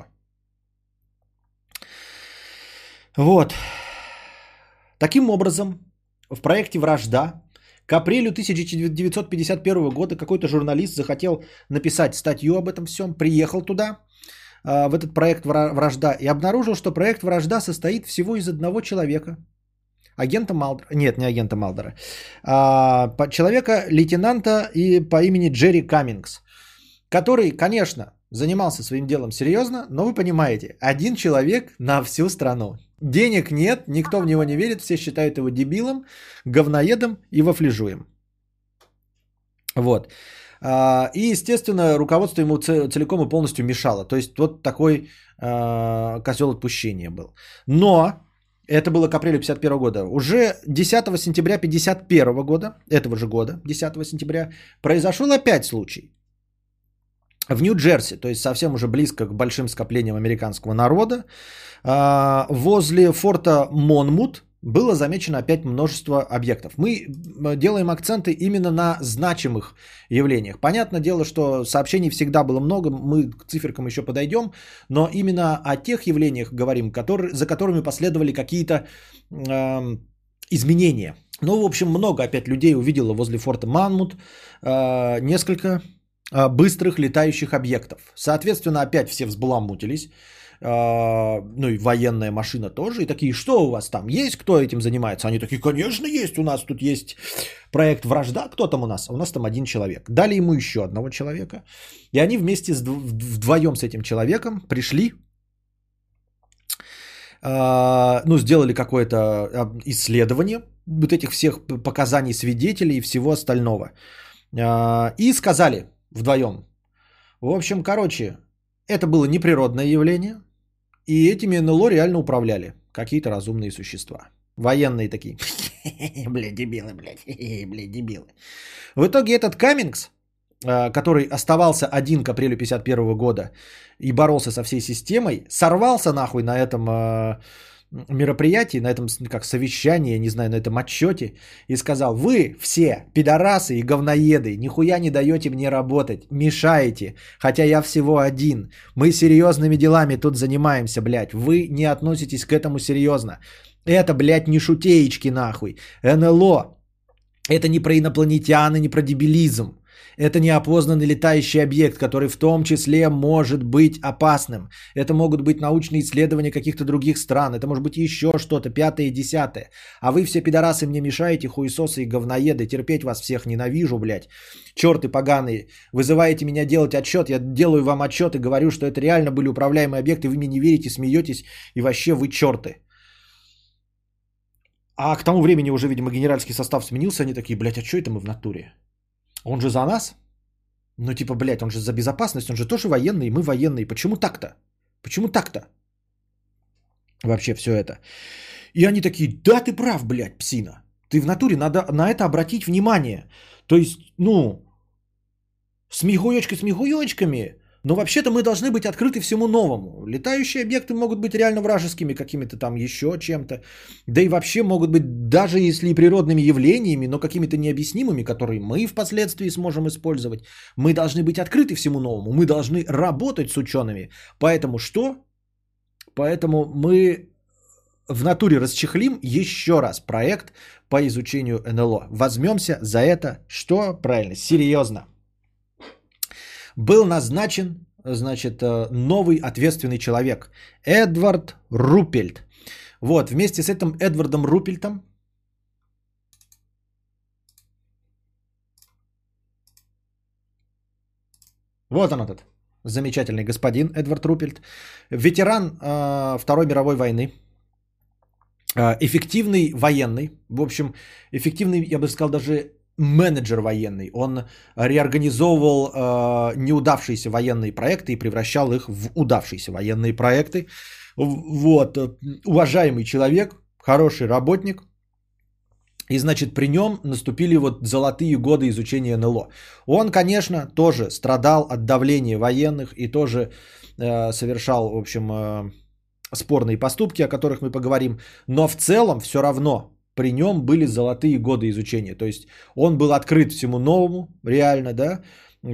Вот. Таким образом, в проекте «Вражда» к апрелю 1951 года какой-то журналист захотел написать статью об этом всем, приехал туда, в этот проект «Вражда», и обнаружил, что проект «Вражда» состоит всего из одного человека. Агента Малдера. Нет, не агента Малдера. Человека, лейтенанта и по имени Джерри Каммингс, который, конечно, занимался своим делом серьезно, но вы понимаете, один человек на всю страну. Денег нет, никто в него не верит, все считают его дебилом, говноедом и вафляжуем. Вот. И, естественно, руководство ему целиком и полностью мешало. То есть вот такой козел отпущения был. Но это было к апрелю 1951 года. Уже 10 сентября 1951 года, этого же года, 10 сентября, произошел опять случай. В Нью-Джерси, то есть совсем уже близко к большим скоплениям американского народа, возле форта Монмут было замечено опять множество объектов. Мы делаем акценты именно на значимых явлениях. Понятное дело, что сообщений всегда было много, мы к циферкам еще подойдем, но именно о тех явлениях говорим, за которыми последовали какие-то изменения. Ну, в общем, много опять людей увидело возле форта Монмут, несколько быстрых летающих объектов. Соответственно, опять все взбаламутились. Ну и военная машина тоже. И такие, что у вас там есть, кто этим занимается? Они такие, конечно, есть. У нас тут есть проект «Вражда». Кто там у нас? А у нас там один человек. Дали ему еще одного человека. И они вместе вдвоем с этим человеком пришли. Ну, сделали какое-то исследование вот этих всех показаний свидетелей и всего остального. И сказали вдвоем. В общем, короче, это было неприродное явление, и этими НЛО реально управляли какие-то разумные существа. Военные такие. Блядь, дебилы, блядь, дебилы. В итоге этот Каммингс, который оставался один к апрелю 1951 года и боролся со всей системой, сорвался нахуй на этом мероприятии, на этом как совещании, не знаю, на этом отчете и сказал: вы все пидорасы и говноеды, нихуя не даете мне работать, мешаете, хотя я всего один, мы серьезными делами тут занимаемся, блядь, вы не относитесь к этому серьезно, это, блядь, не шутеечки нахуй, НЛО Это не про инопланетян и не про дебилизм. Это неопознанный летающий объект, который в том числе может быть опасным. Это могут быть научные исследования каких-то других стран. Это может быть еще что-то, пятое и десятое. А вы все пидорасы мне мешаете, хуесосы и говноеды. Терпеть вас всех ненавижу, блядь. Черты поганые. Вызываете меня делать отчет. Я делаю вам отчет и говорю, что это реально были управляемые объекты. Вы мне не верите, смеетесь. И вообще вы черты. А к тому времени уже, видимо, генеральский состав сменился. Они такие, блядь, а что это мы в натуре? Он же за нас? Ну, типа, блядь, он же за безопасность, он же тоже военный, мы военные. Почему так-то? Почему так-то? Вообще все это. И они такие, да, ты прав, блядь, псина. Ты в натуре, надо на это обратить внимание. То есть, ну, с мигуёчками, но вообще-то мы должны быть открыты всему новому. Летающие объекты могут быть реально вражескими какими-то там еще чем-то. Да и вообще могут быть даже если и природными явлениями, но какими-то необъяснимыми, которые мы впоследствии сможем использовать. Мы должны быть открыты всему новому. Мы должны работать с учеными. Поэтому что? Поэтому мы в натуре расчехлим еще раз проект по изучению НЛО. Возьмемся за это. Что? Правильно, серьезно. Был назначен, значит, новый ответственный человек. Эдвард Руппельт. Вот, вместе с этим Эдвардом Руппельтом вот он этот замечательный господин Эдвард Руппельт. Ветеран Второй мировой войны. Эффективный военный. В общем, эффективный, я бы сказал, даже менеджер военный. Он реорганизовывал неудавшиеся военные проекты и превращал их в удавшиеся военные проекты. Вот. Уважаемый человек, хороший работник. И, значит, при нем наступили вот золотые годы изучения НЛО. Он, конечно, тоже страдал от давления военных и тоже совершал, в общем, спорные поступки, о которых мы поговорим. Но в целом все равно при нем были золотые годы изучения. То есть он был открыт всему новому, реально, да,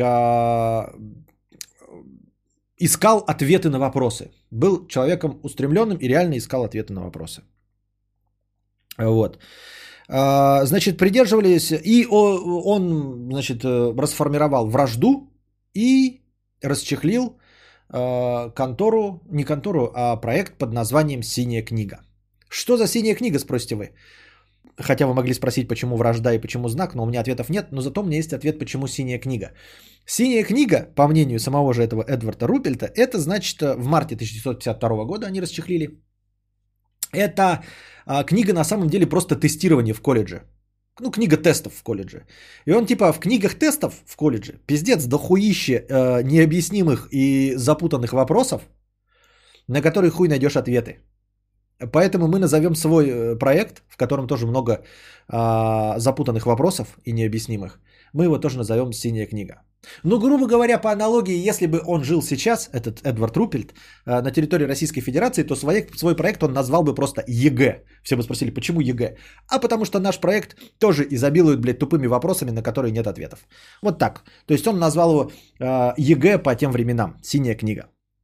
искал ответы на вопросы. Был человеком устремленным и реально искал ответы на вопросы. Вот. Значит, придерживались, и он, значит, расформировал вражду и расчехлил контору, не контору, а проект под названием «Синяя книга». Что за синяя книга, спросите вы? Хотя вы могли спросить, почему вражда и почему знак, но у меня ответов нет, но зато у меня есть ответ, почему синяя книга. Синяя книга, по мнению самого же этого Эдварда Руппельта, это значит в марте 1952 года они расчехлили. Это книга на самом деле просто тестирование в колледже. Ну, книга тестов в колледже. И он типа в книгах тестов в колледже пиздец дохуище необъяснимых и запутанных вопросов, на которые хуй найдешь ответы. Поэтому мы назовем свой проект, в котором тоже много запутанных вопросов и необъяснимых. Мы его тоже назовем «Синяя книга». Ну, грубо говоря, по аналогии, если бы он жил сейчас, этот Эдвард Руппельт, на территории Российской Федерации, то свой проект он назвал бы просто ЕГЭ. Все бы спросили, почему ЕГЭ? А потому что наш проект тоже изобилует, блядь, тупыми вопросами, на которые нет ответов. Вот так. То есть он назвал его ЕГЭ по тем временам. «Синяя книга».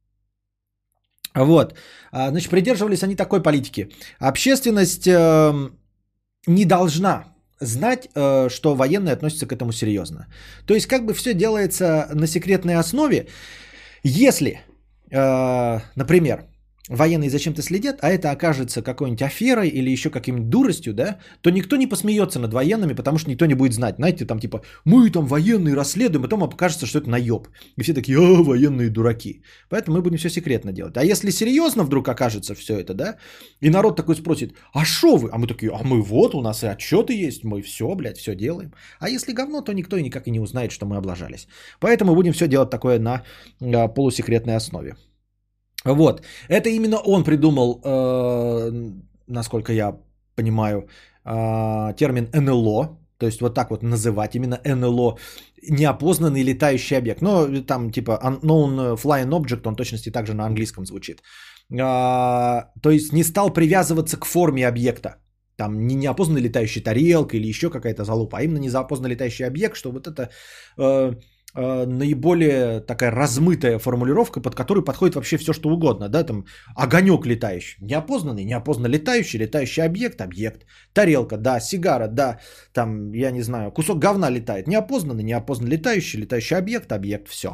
Вот. Значит, придерживались они такой политики. Общественность не должна знать, что военные относятся к этому серьезно. То есть, как бы все делается на секретной основе. Если, например, военные зачем-то следят, а это окажется какой-нибудь аферой или еще каким-нибудь дуростью, да, то никто не посмеется над военными, потому что никто не будет знать. Знаете, там типа, мы там военные расследуем, а потом окажется, что это наеб. И все такие, военные дураки. Поэтому мы будем все секретно делать. А если серьезно вдруг окажется все это, да, и народ такой спросит, а что вы? А мы такие, а мы вот, у нас и отчеты есть, мы все, блядь, все делаем. А если говно, то никто и никак и не узнает, что мы облажались. Поэтому будем все делать такое на полусекретной основе. Вот, это именно он придумал, насколько я понимаю, термин НЛО, то есть вот так вот называть именно НЛО, неопознанный летающий объект. Но там типа unknown flying object, он точности также на английском звучит. То есть не стал привязываться к форме объекта. Там не неопознанная летающая тарелка или еще какая-то залупа, а именно неопознанный летающий объект, что вот это наиболее такая размытая формулировка, под которую подходит вообще все, что угодно. Да? Там огонек летающий, неопознанный, неопознанно летающий, летающий объект, объект. Тарелка, да, сигара, да, там, я не знаю, кусок говна летает. Неопознанный, неопознанно летающий, летающий объект, объект, все.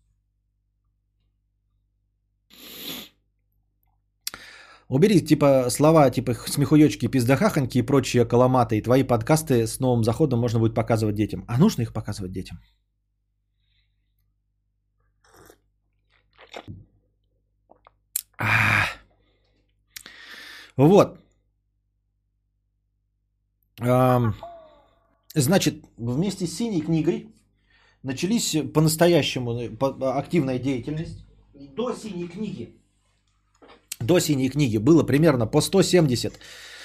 Убери, типа, слова, типа, смехуёчки, пиздахахоньки и прочие каламаты, и твои подкасты с новым заходом можно будет показывать детям. А нужно их показывать детям? Вот. Значит, вместе с «Синей книгой» начались по-настоящему активная деятельность. До «Синей книги» было примерно по 170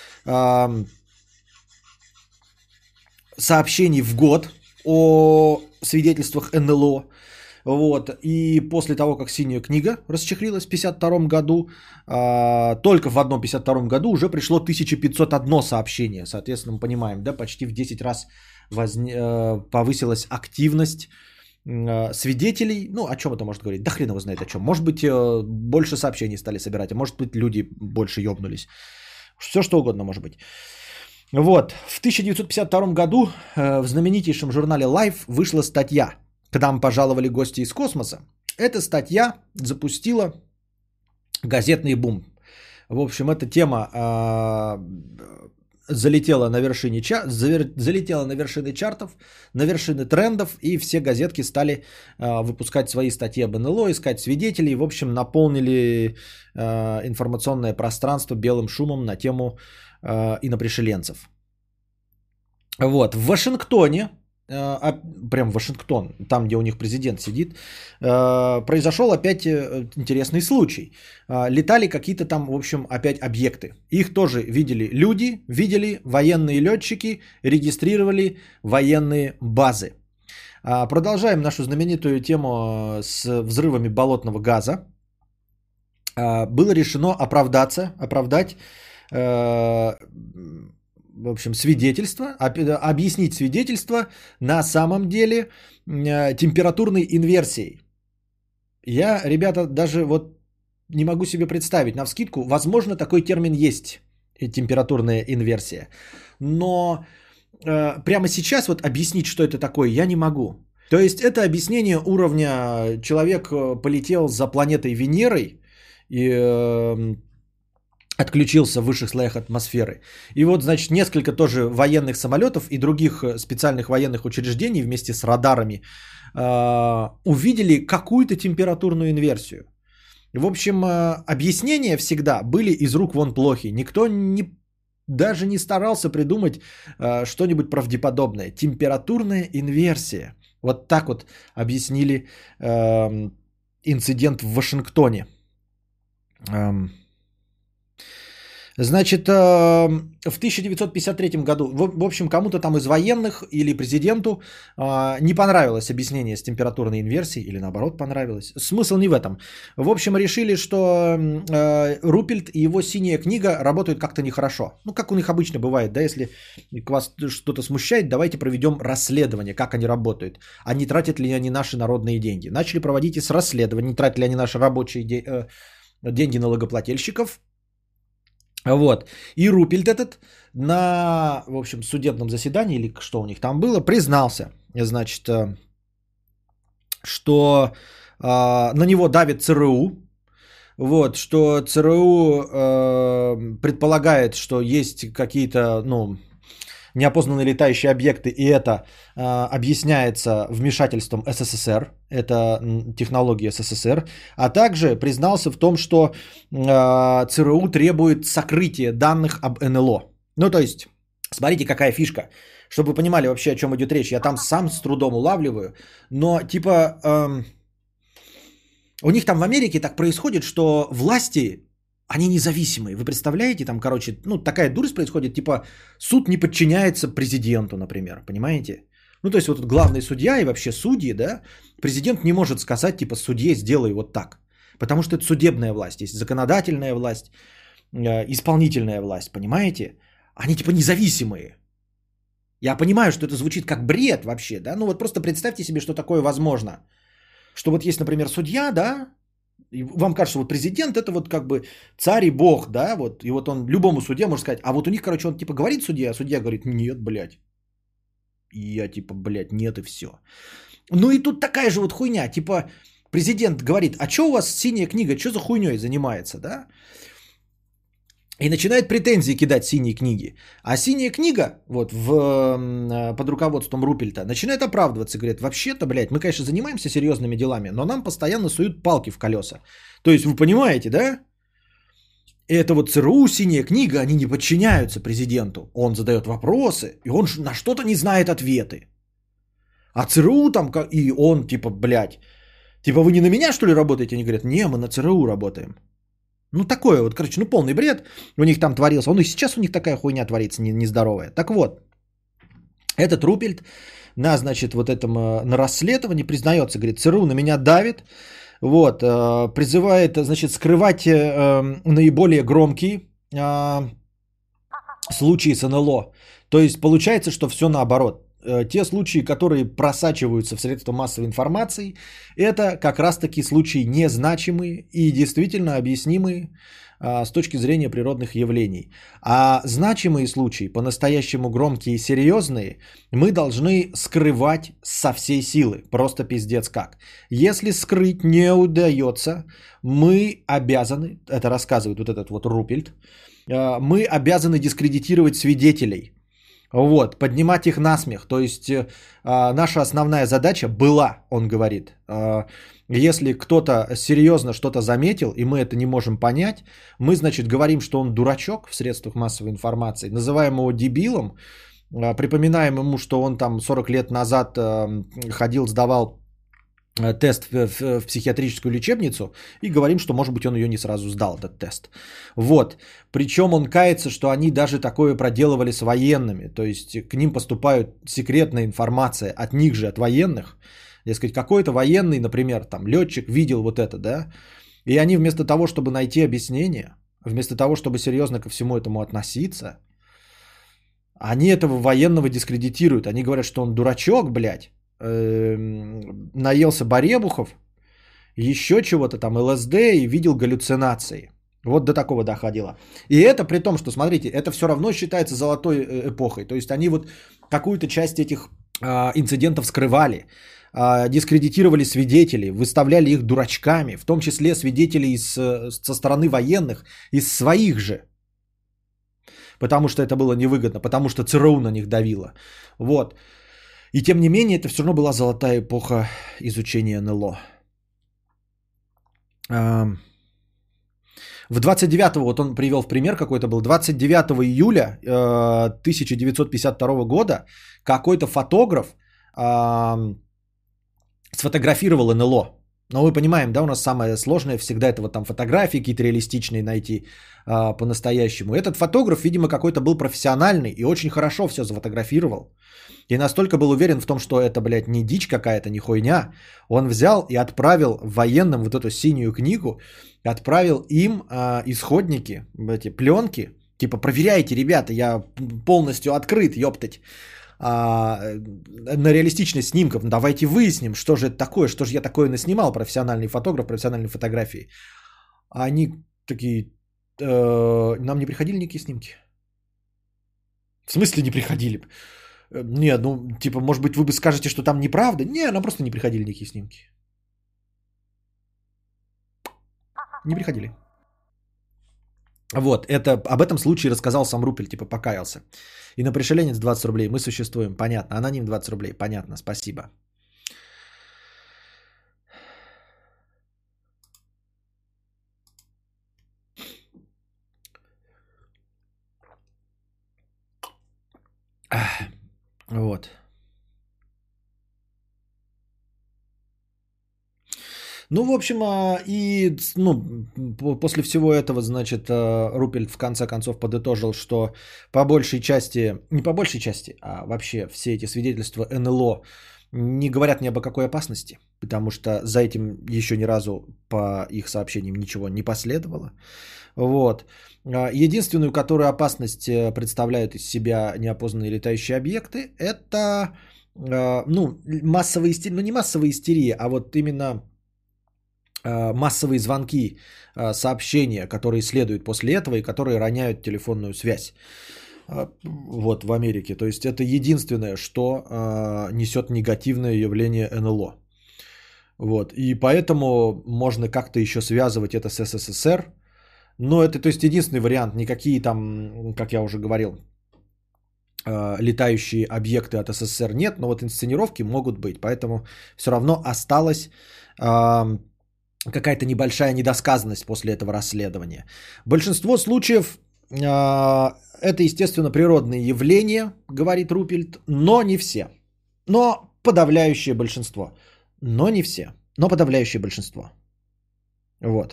сообщений в год о свидетельствах НЛО. Вот. И после того, как «Синяя книга» расчехлилась в 1952 году, только в одном 1952 году уже пришло 1501 сообщение. Соответственно, мы понимаем, да, почти в 10 раз повысилась активность свидетелей. Ну, о чем это может говорить? Да хрен его знает о чем. Может быть, больше сообщений стали собирать, а может быть, люди больше ёбнулись. Все что угодно может быть. Вот. В 1952 году в знаменитейшем журнале Life вышла статья «К нам пожаловали гости из космоса». Эта статья запустила газетный бум. В общем, эта тема залетела на вершины чартов, на вершины трендов, и все газетки стали выпускать свои статьи об НЛО, искать свидетелей. В общем, наполнили информационное пространство белым шумом на тему инопришеленцев. Вот. В Вашингтоне, прям Вашингтон, там, где у них президент сидит, произошел опять интересный случай. Летали какие-то там, в общем, опять объекты. Их тоже видели люди, видели военные летчики, регистрировали военные базы. Продолжаем нашу знаменитую тему с взрывами болотного газа. Было решено оправдать в общем, свидетельство, объяснить свидетельство на самом деле температурной инверсией. Я, ребята, даже вот не могу себе представить навскидку, возможно, такой термин есть, температурная инверсия, но прямо сейчас вот объяснить, что это такое, я не могу. То есть это объяснение уровня человек полетел за планетой Венерой и отключился в высших слоях атмосферы. И вот, значит, несколько тоже военных самолетов и других специальных военных учреждений вместе с радарами увидели какую-то температурную инверсию. В общем, объяснения всегда были из рук вон плохи. Никто даже не старался придумать что-нибудь правдеподобное. Температурная инверсия. Вот так вот объяснили инцидент в Вашингтоне. Значит, в 1953 году, в общем, кому-то там из военных или президенту не понравилось объяснение с температурной инверсией, или наоборот понравилось. Смысл не в этом. В общем, решили, что Рупельт и его «Синяя книга» работают как-то нехорошо. Ну, как у них обычно бывает, да, если вас что-то смущает, давайте проведем расследование, как они работают. А не тратят ли они наши народные деньги. Начали проводить и с расследований, тратят ли они наши рабочие деньги налогоплательщиков. Вот. И Рупельт этот на, в общем, судебном заседании, или что у них там было, признался, значит, что на него давит ЦРУ, вот, что ЦРУ предполагает, что есть какие-то, ну, неопознанные летающие объекты, и это объясняется вмешательством СССР, это технология СССР, а также признался в том, что ЦРУ требует сокрытия данных об НЛО. Ну, то есть, смотрите, какая фишка, чтобы вы понимали вообще, о чем идет речь. Я там сам с трудом улавливаю, но типа у них там в Америке так происходит, что власти... Они независимые. Вы представляете, там, короче, ну, такая дурость происходит, типа, суд не подчиняется президенту, например, понимаете? Ну, то есть, вот главный судья и вообще судьи, да, президент не может сказать, типа, судье, сделай вот так. Потому что это судебная власть, есть законодательная власть, исполнительная власть, понимаете? Они, типа, независимые. Я понимаю, что это звучит как бред вообще, да? Ну вот просто представьте себе, что такое возможно. Что вот есть, например, судья, да, и вам кажется, вот президент это вот как бы царь и бог, да, вот, и вот он любому судье может сказать, а вот у них, короче, он типа говорит судья, а судья говорит, нет, блядь. И я типа, блядь, нет и все. Ну и тут такая же вот хуйня, типа президент говорит, а что у вас синяя книга, что за хуйней занимается, да? И начинает претензии кидать синие книги. А синяя книга, вот под руководством Рупельта, начинает оправдываться. Говорит, вообще-то, блядь, мы, конечно, занимаемся серьезными делами, но нам постоянно суют палки в колеса. То есть, вы понимаете, да? Это вот ЦРУ, синяя книга, они не подчиняются президенту. Он задает вопросы, и он на что-то не знает ответы. А ЦРУ там, и он типа, блядь, типа вы не на меня что ли работаете? Они говорят, не, мы на ЦРУ работаем. Ну, такое вот, короче, ну, полный бред у них там творился. Он и сейчас у них такая хуйня творится нездоровая. Так вот, этот Рупельт на, значит, вот этом, на расследовании признается, говорит, ЦРУ на меня давит, вот, призывает, значит, скрывать наиболее громкие случаи с НЛО. То есть, получается, что все наоборот. Те случаи, которые просачиваются в средства массовой информации, это как раз-таки случаи незначимые и действительно объяснимые с точки зрения природных явлений. А значимые случаи, по-настоящему громкие и серьезные, мы должны скрывать со всей силы. Просто пиздец как. Если скрыть не удается, мы обязаны, это рассказывает вот этот вот Рупельт, мы обязаны дискредитировать свидетелей. Вот, поднимать их на смех. То есть наша основная задача была, он говорит, если кто-то серьезно что-то заметил, и мы это не можем понять, мы, значит, говорим, что он дурачок в средствах массовой информации, называем его дебилом, припоминаем ему, что он там 40 лет назад ходил, сдавал тест в психиатрическую лечебницу и говорим, что, может быть, он ее не сразу сдал, этот тест. Вот. Причем он кается, что они даже такое проделывали с военными. То есть к ним поступает секретная информация от них же, от военных. Дескать, какой-то военный, например, там, летчик видел вот это, да, и они вместо того, чтобы найти объяснение, вместо того, чтобы серьезно ко всему этому относиться, они этого военного дискредитируют. Они говорят, что он дурачок, блядь, наелся баребухов, еще чего-то там, ЛСД и видел галлюцинации. Вот до такого доходило. И это при том, что, смотрите, это все равно считается золотой эпохой. То есть они вот какую-то часть этих инцидентов скрывали, дискредитировали свидетелей, выставляли их дурачками, в том числе свидетелей со стороны военных, из своих же. Потому что это было невыгодно, потому что ЦРУ на них давило. Вот. И тем не менее, это все равно была золотая эпоха изучения НЛО. В 29-го, вот он привел в пример какой-то был, 29 июля 1952 года какой-то фотограф сфотографировал НЛО. Но мы понимаем, да, у нас самое сложное всегда это вот там фотографии какие-то реалистичные найти по-настоящему. Этот фотограф, видимо, какой-то был профессиональный и очень хорошо все зафотографировал. И настолько был уверен в том, что это, блядь, не дичь какая-то, не хуйня. Он взял и отправил военным вот эту синюю книгу, отправил им исходники, эти пленки. Типа, проверяйте, ребята, я полностью открыт, ёптать. На реалистичность снимков. Давайте выясним, что же это такое, что же я такое наснимал, профессиональный фотограф, профессиональные фотографии. А они такие, нам не приходили никакие снимки. В смысле не приходили? Не, ну, типа, может быть, вы бы скажете, что там неправда? Не, нам просто не приходили никакие снимки. Не приходили. Вот, это, об этом случае рассказал сам Рупель, типа, покаялся. И на пришеленец 20 рублей. Мы существуем, понятно. Аноним 20 рублей, понятно, спасибо. Вот. Ну, в общем, и после всего этого, значит, Рупельт в конце концов подытожил, что по большей части, не по большей части, а вообще все эти свидетельства НЛО не говорят ни об какой опасности, потому что за этим еще ни разу по их сообщениям ничего не последовало. Вот. Единственную, которую опасность представляют из себя неопознанные летающие объекты, это массовая истерия, не массовая истерия, а вот именно массовые звонки, сообщения, которые следуют после этого и которые роняют телефонную связь. Вот в Америке. То есть это единственное, что несет негативное явление НЛО. Вот. И поэтому можно как-то еще связывать это с СССР. Но это, то есть, единственный вариант. Никакие там, как я уже говорил, летающие объекты от СССР нет. Но вот инсценировки могут быть. Поэтому все равно осталась какая-то небольшая недосказанность после этого расследования. Большинство случаев это, естественно, природные явления, говорит Руппельт, но не все. Но подавляющее большинство. Но не все. Но подавляющее большинство. Вот.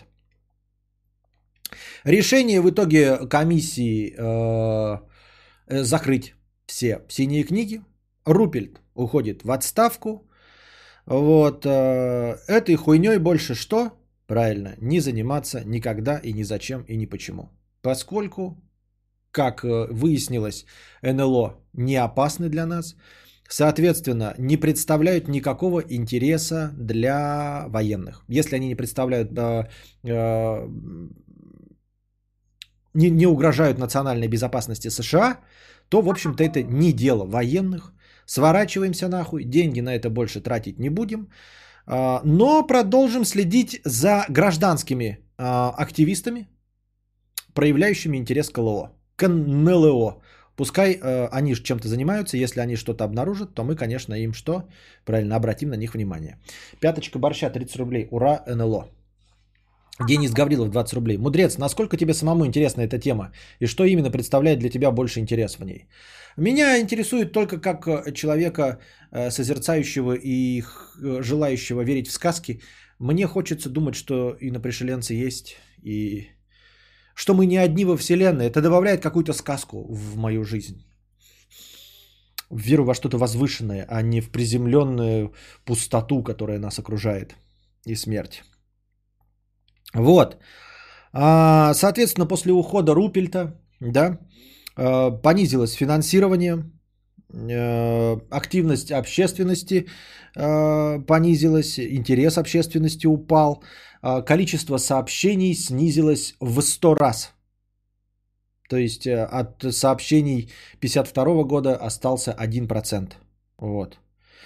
Решение в итоге комиссии закрыть все синие книги. Руппельт уходит в отставку. Вот. Этой хуйней больше что? Правильно, не заниматься никогда и ни зачем и ни почему. Поскольку, как выяснилось, НЛО не опасны для нас, соответственно, не представляют никакого интереса для военных. Если они не представляют, не угрожают национальной безопасности США, то, в общем-то, это не дело военных. Сворачиваемся нахуй, деньги на это больше тратить не будем, но продолжим следить за гражданскими активистами, проявляющими интерес к НЛО. К НЛО. Пускай они чем-то занимаются, если они что-то обнаружат, то мы, конечно, им что? Правильно, обратим на них внимание. Пяточка борща, 30 рублей. Ура, НЛО. Денис Гаврилов, 20 рублей. Мудрец, насколько тебе самому интересна эта тема? И что именно представляет для тебя больше интерес в ней? Меня интересует только как человека, созерцающего и желающего верить в сказки. Мне хочется думать, что инопришеленцы есть, и что мы не одни во Вселенной. Это добавляет какую-то сказку в мою жизнь. В веру во что-то возвышенное, а не в приземленную пустоту, которая нас окружает, и смерть. Вот. Соответственно, после ухода Руппельта, да, понизилось финансирование, активность общественности понизилась, интерес общественности упал, количество сообщений снизилось в 100 раз. То есть от сообщений 1952 года остался 1%. Вот.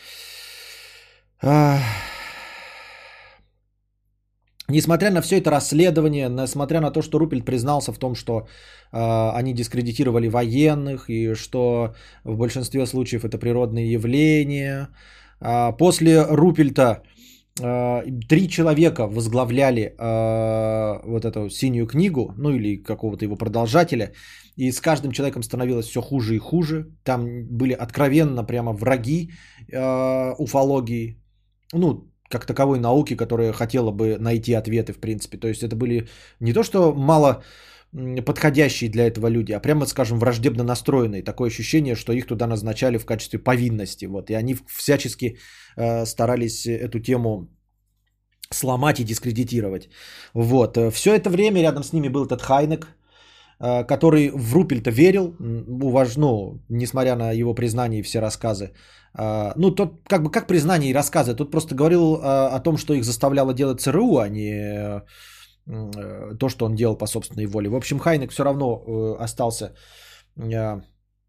Несмотря на все это расследование, несмотря на то, что Руппельт признался в том, что они дискредитировали военных и что в большинстве случаев это природные явления, после Руппельта 3 человека возглавляли вот эту синюю книгу, ну или какого-то его продолжателя, и с каждым человеком становилось все хуже и хуже. Там были откровенно прямо враги уфологии, ну, как таковой науки, которая хотела бы найти ответы, в принципе. То есть это были не то, что мало подходящие для этого люди, а прямо, скажем, враждебно настроенные. Такое ощущение, что их туда назначали в качестве повинности. Вот. И они всячески старались эту тему сломать и дискредитировать. Вот. Все это время рядом с ними был этот Хайнек, который в Руппельта верил, несмотря на его признание и все рассказы. Ну, тот, как признание и рассказы, тот просто говорил о том, что их заставляло делать ЦРУ, а не то, что он делал по собственной воле. В общем, Хайнек все равно остался, в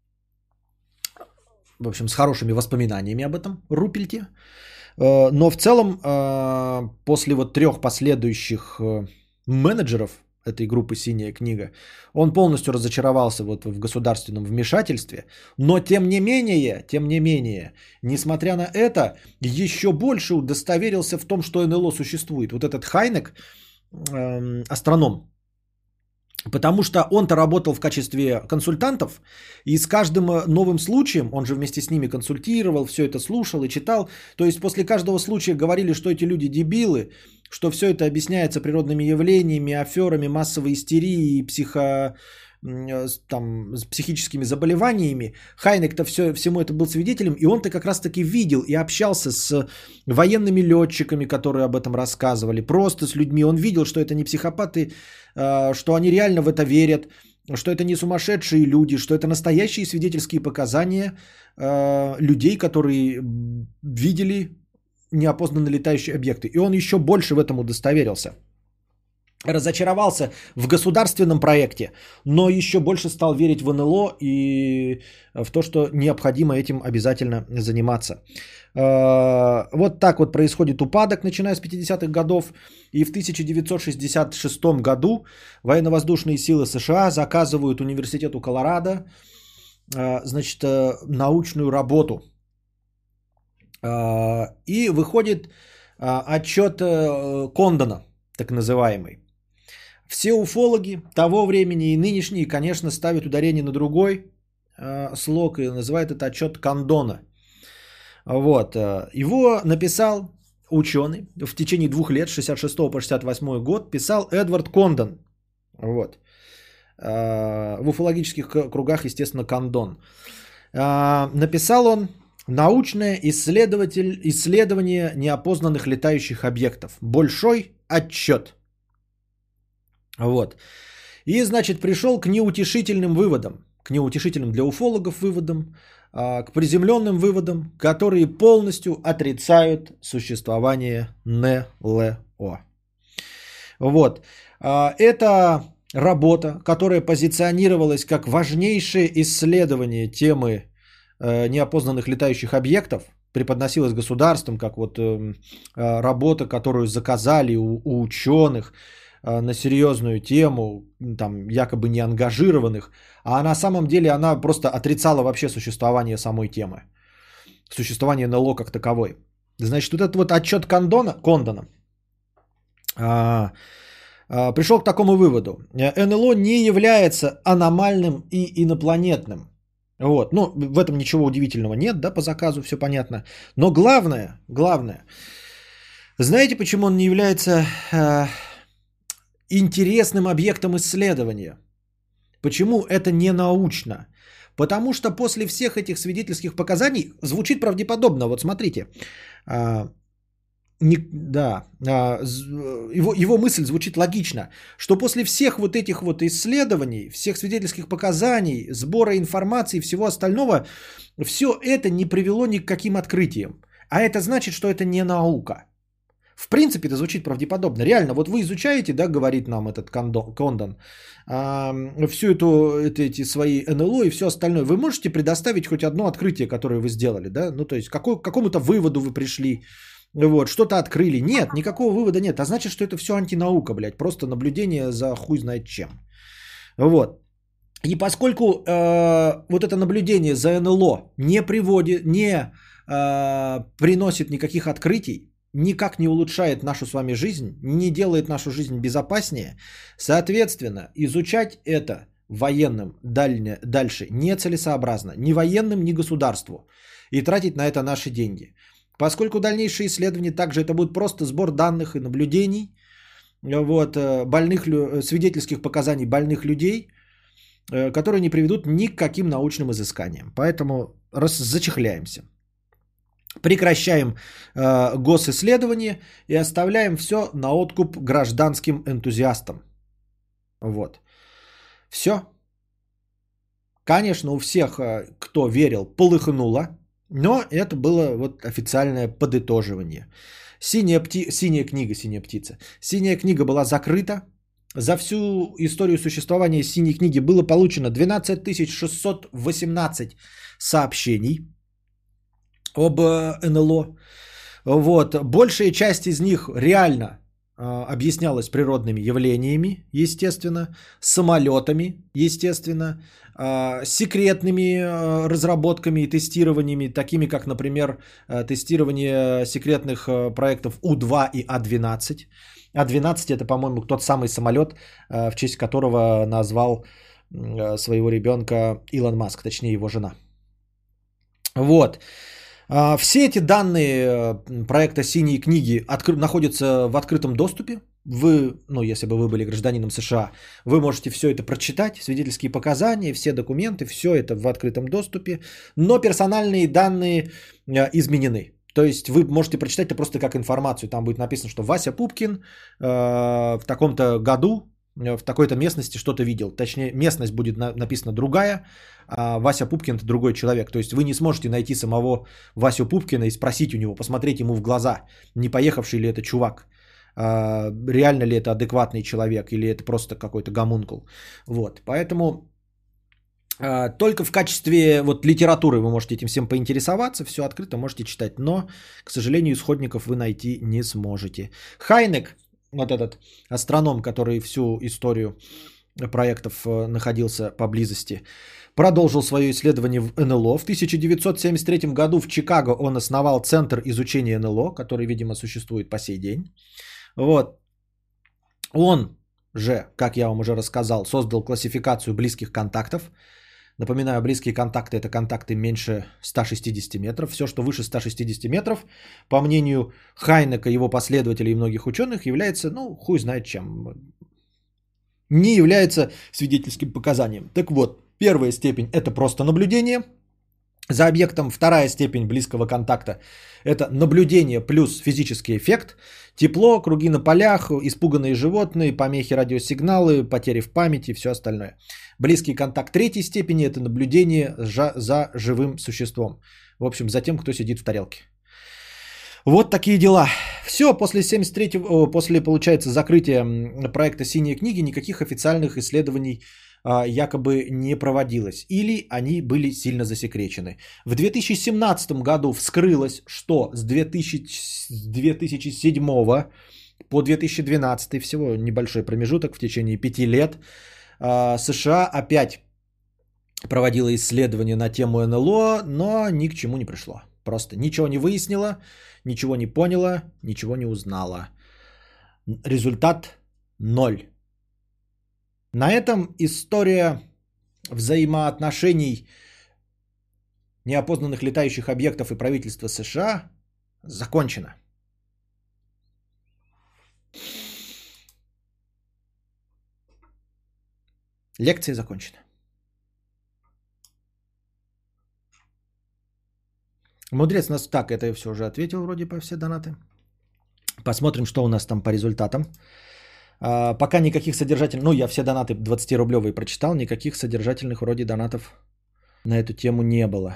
общем, с хорошими воспоминаниями об этом Руппельте. Но в целом, после вот 3 последующих менеджеров этой группы «Синяя книга», он полностью разочаровался вот в государственном вмешательстве, но тем не менее, несмотря на это, еще больше удостоверился в том, что НЛО существует. Вот этот Хайнек, астроном, потому что он-то работал в качестве консультантов, и с каждым новым случаем, он же вместе с ними консультировал, все это слушал и читал, то есть после каждого случая говорили, что эти люди дебилы, что все это объясняется природными явлениями, аферами, массовой истерией, там, с психическими заболеваниями. Хайнек-то всему это был свидетелем, и он-то как раз-таки видел и общался с военными летчиками, которые об этом рассказывали, просто с людьми. Он видел, что это не психопаты, что они реально в это верят, что это не сумасшедшие люди, что это настоящие свидетельские показания людей, которые видели неопознанные летающие объекты. И он еще больше в этом удостоверился. Разочаровался в государственном проекте, но еще больше стал верить в НЛО и в то, что необходимо этим обязательно заниматься. Вот так вот происходит упадок, начиная с 50-х годов. И в 1966 году военно-воздушные силы США заказывают университету Колорадо, значит, научную работу. И выходит отчет Кондона, так называемый. Все уфологи того времени и нынешние, конечно, ставят ударение на другой слог и называют это отчет Кондона. Вот. Его написал ученый в течение 2 лет, с 66 по 68 год, писал Эдвард Кондон. Вот. В уфологических кругах, естественно, Кондон. Написал он научное исследование неопознанных летающих объектов. Большой отчет. Вот. И, значит, пришел к неутешительным выводам. К неутешительным для уфологов выводам. К приземленным выводам, которые полностью отрицают существование НЛО. Вот. Это работа, которая позиционировалась как важнейшее исследование темы неопознанных летающих объектов, преподносилась государством как вот работа, которую заказали у ученых на серьезную тему, там якобы не ангажированных, а на самом деле она просто отрицала вообще существование самой темы, существование НЛО как таковой. Значит, вот этот вот отчет Кондона пришел к такому выводу. НЛО не является аномальным и инопланетным. Вот. Ну, в этом ничего удивительного нет, да, по заказу все понятно. Но главное, знаете, почему он не является интересным объектом исследования? Почему это не научно? Потому что после всех этих свидетельских показаний звучит правдеподобно. Вот смотрите. Его мысль звучит логично, что после всех вот этих вот исследований, всех свидетельских показаний, сбора информации и всего остального, все это не привело ни к каким открытиям. А это значит, что это не наука. В принципе, это звучит правдеподобно. Реально, вот вы изучаете, да, говорит нам этот Кондон, всю эти свои НЛО и все остальное. Вы можете предоставить хоть одно открытие, которое вы сделали, да? Ну, то есть, к какому-то выводу вы пришли, вот, что-то открыли. Нет, никакого вывода нет. А значит, что это все антинаука, блядь. Просто наблюдение за хуй знает чем. Вот. И поскольку вот это наблюдение за НЛО не приносит никаких открытий, никак не улучшает нашу с вами жизнь, не делает нашу жизнь безопаснее, соответственно, изучать это военным дальше нецелесообразно. Ни военным, ни государству. И тратить на это наши деньги. Поскольку дальнейшие исследования также это будет просто сбор данных и наблюдений, вот, свидетельских показаний больных людей, которые не приведут ни к каким научным изысканиям. Поэтому зачехляемся. Прекращаем госисследования и оставляем все на откуп гражданским энтузиастам. Вот. Все. Конечно, у всех, кто верил, полыхнуло. Но это было вот официальное подытоживание. Синяя птица. Синяя книга была закрыта. За всю историю существования синей книги было получено 12 618 сообщений об НЛО. Вот. Большая часть из них реально объяснялась природными явлениями, естественно, самолетами, естественно, секретными разработками и тестированиями, такими как, например, тестирование секретных проектов У-2 и А-12. А-12 это, по-моему, тот самый самолет, в честь которого назвал своего ребенка Илон Маск, точнее его жена. Вот. Все эти данные проекта «Синие книги» находятся в открытом доступе. Вы, ну, если бы вы были гражданином США, вы можете все это прочитать, свидетельские показания, все документы, все это в открытом доступе, но персональные данные изменены. То есть вы можете прочитать это просто как информацию. Там будет написано, что Вася Пупкин в таком-то году в такой-то местности что-то видел. Точнее, местность будет написана другая, а Вася Пупкин – это другой человек. То есть вы не сможете найти самого Васю Пупкина и спросить у него, посмотреть ему в глаза, не поехавший ли это чувак, реально ли это адекватный человек или это просто какой-то гомункул. Вот, поэтому только в качестве вот литературы вы можете этим всем поинтересоваться, все открыто, можете читать, но, к сожалению, исходников вы найти не сможете. Хайнек, вот этот астроном, который всю историю проектов находился поблизости, продолжил свое исследование в НЛО. В 1973 году в Чикаго он основал Центр изучения НЛО, который, видимо, существует по сей день. Вот. Он же, как я вам уже рассказал, создал классификацию близких контактов. Напоминаю, близкие контакты – это контакты меньше 160 метров. Все, что выше 160 метров, по мнению Хайнека, его последователей и многих ученых, является, ну, хуй знает чем. Не является свидетельским показанием. Так вот, первая степень – это просто наблюдение за объектом. Вторая степень близкого контакта – это наблюдение плюс физический эффект. Тепло, круги на полях, испуганные животные, помехи радиосигналы, потери в памяти и все остальное. Близкий контакт третьей степени – это наблюдение за живым существом. В общем, за тем, кто сидит в тарелке. Вот такие дела. Все, после, получается, закрытия проекта «Синие книги» никаких официальных исследований якобы не проводилось. Или они были сильно засекречены. В 2017 году вскрылось, что с 2007 по 2012, всего небольшой промежуток в течение 5 лет, США опять проводила исследования на тему НЛО, но ни к чему не пришло. Просто ничего не выяснила, ничего не поняла, ничего не узнала. Результат 0. На этом история взаимоотношений неопознанных летающих объектов и правительства США закончена. Лекция закончена. Мудрец нас так, это я все уже ответил вроде по все донаты. Посмотрим, что у нас там по результатам. Пока никаких содержательных, ну я все донаты 20-рублевые прочитал, никаких содержательных вроде донатов на эту тему не было.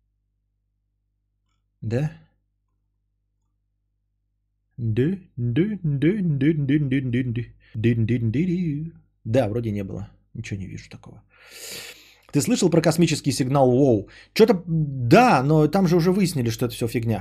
Да? Да, вроде не было. Ничего не вижу такого. Ты слышал про космический сигнал ВОУ? Что-то, да, но там же уже выяснили, что это все фигня.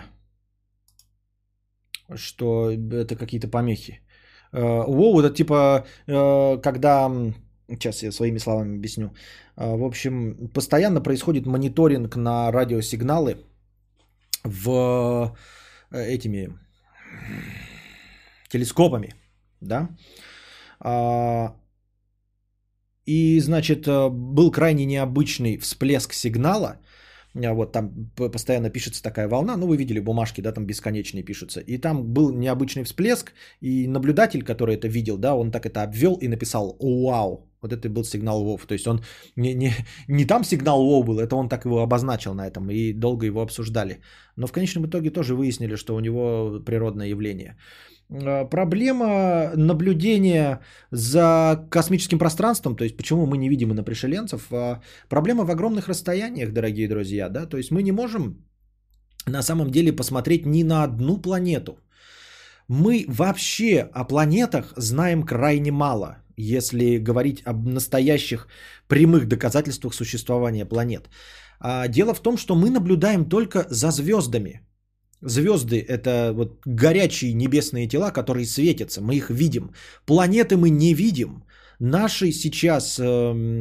Что это какие-то помехи. ВОУ это типа, когда, сейчас я своими словами объясню. В общем, постоянно происходит мониторинг на радиосигналы в этими телескопами, да. И, значит, был крайне необычный всплеск сигнала. Вот там постоянно пишется такая волна. Ну, вы видели бумажки, да, там бесконечные пишутся. И там был необычный всплеск. И наблюдатель, который это видел, да, он так это обвел и написал «Вау». Вот это был сигнал ВОВ. То есть он не там сигнал ВОВ был, это он так его обозначил на этом. И долго его обсуждали. Но в конечном итоге тоже выяснили, что у него природное явление. Проблема наблюдения за космическим пространством, то есть почему мы не видим инопришеленцев, проблема в огромных расстояниях, дорогие друзья, да, то есть мы не можем на самом деле посмотреть ни на одну планету. Мы вообще о планетах знаем крайне мало, если говорить об настоящих прямых доказательствах существования планет. Дело в том, что мы наблюдаем только за звездами. Звезды – это вот горячие небесные тела, которые светятся, мы их видим. Планеты мы не видим. Наши сейчас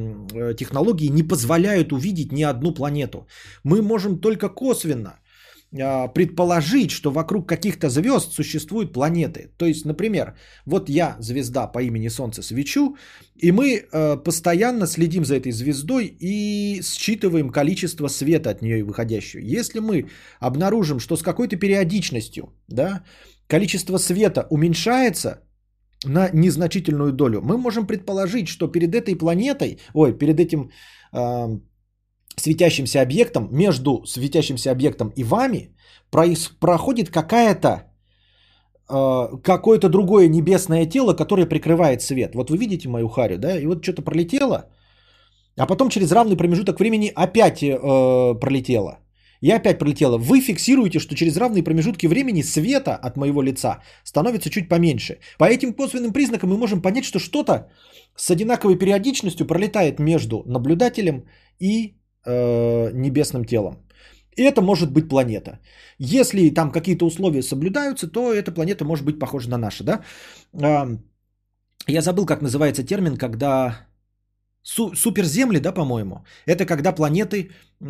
технологии не позволяют увидеть ни одну планету. Мы можем только косвенно предположить, что вокруг каких-то звезд существуют планеты. То есть, например, вот я, звезда по имени Солнце, свечу, и мы постоянно следим за этой звездой и считываем количество света от нее выходящего. Если мы обнаружим, что с какой-то периодичностью, да, количество света уменьшается на незначительную долю, мы можем предположить, что перед этой планетой, перед этим светящимся объектом, между светящимся объектом и вами проходит какое-то другое небесное тело, которое прикрывает свет. Вот вы видите мою харю, да, и вот что-то пролетело, а потом через равный промежуток времени опять пролетело. И опять пролетело. Вы фиксируете, что через равные промежутки времени света от моего лица становится чуть поменьше. По этим косвенным признакам мы можем понять, что что-то с одинаковой периодичностью пролетает между наблюдателем и небесным телом. И это может быть планета. Если там какие-то условия соблюдаются, то эта планета может быть похожа на нашу. Да? Я забыл, как называется термин, когда... Суперземли, да, по-моему? Это когда планеты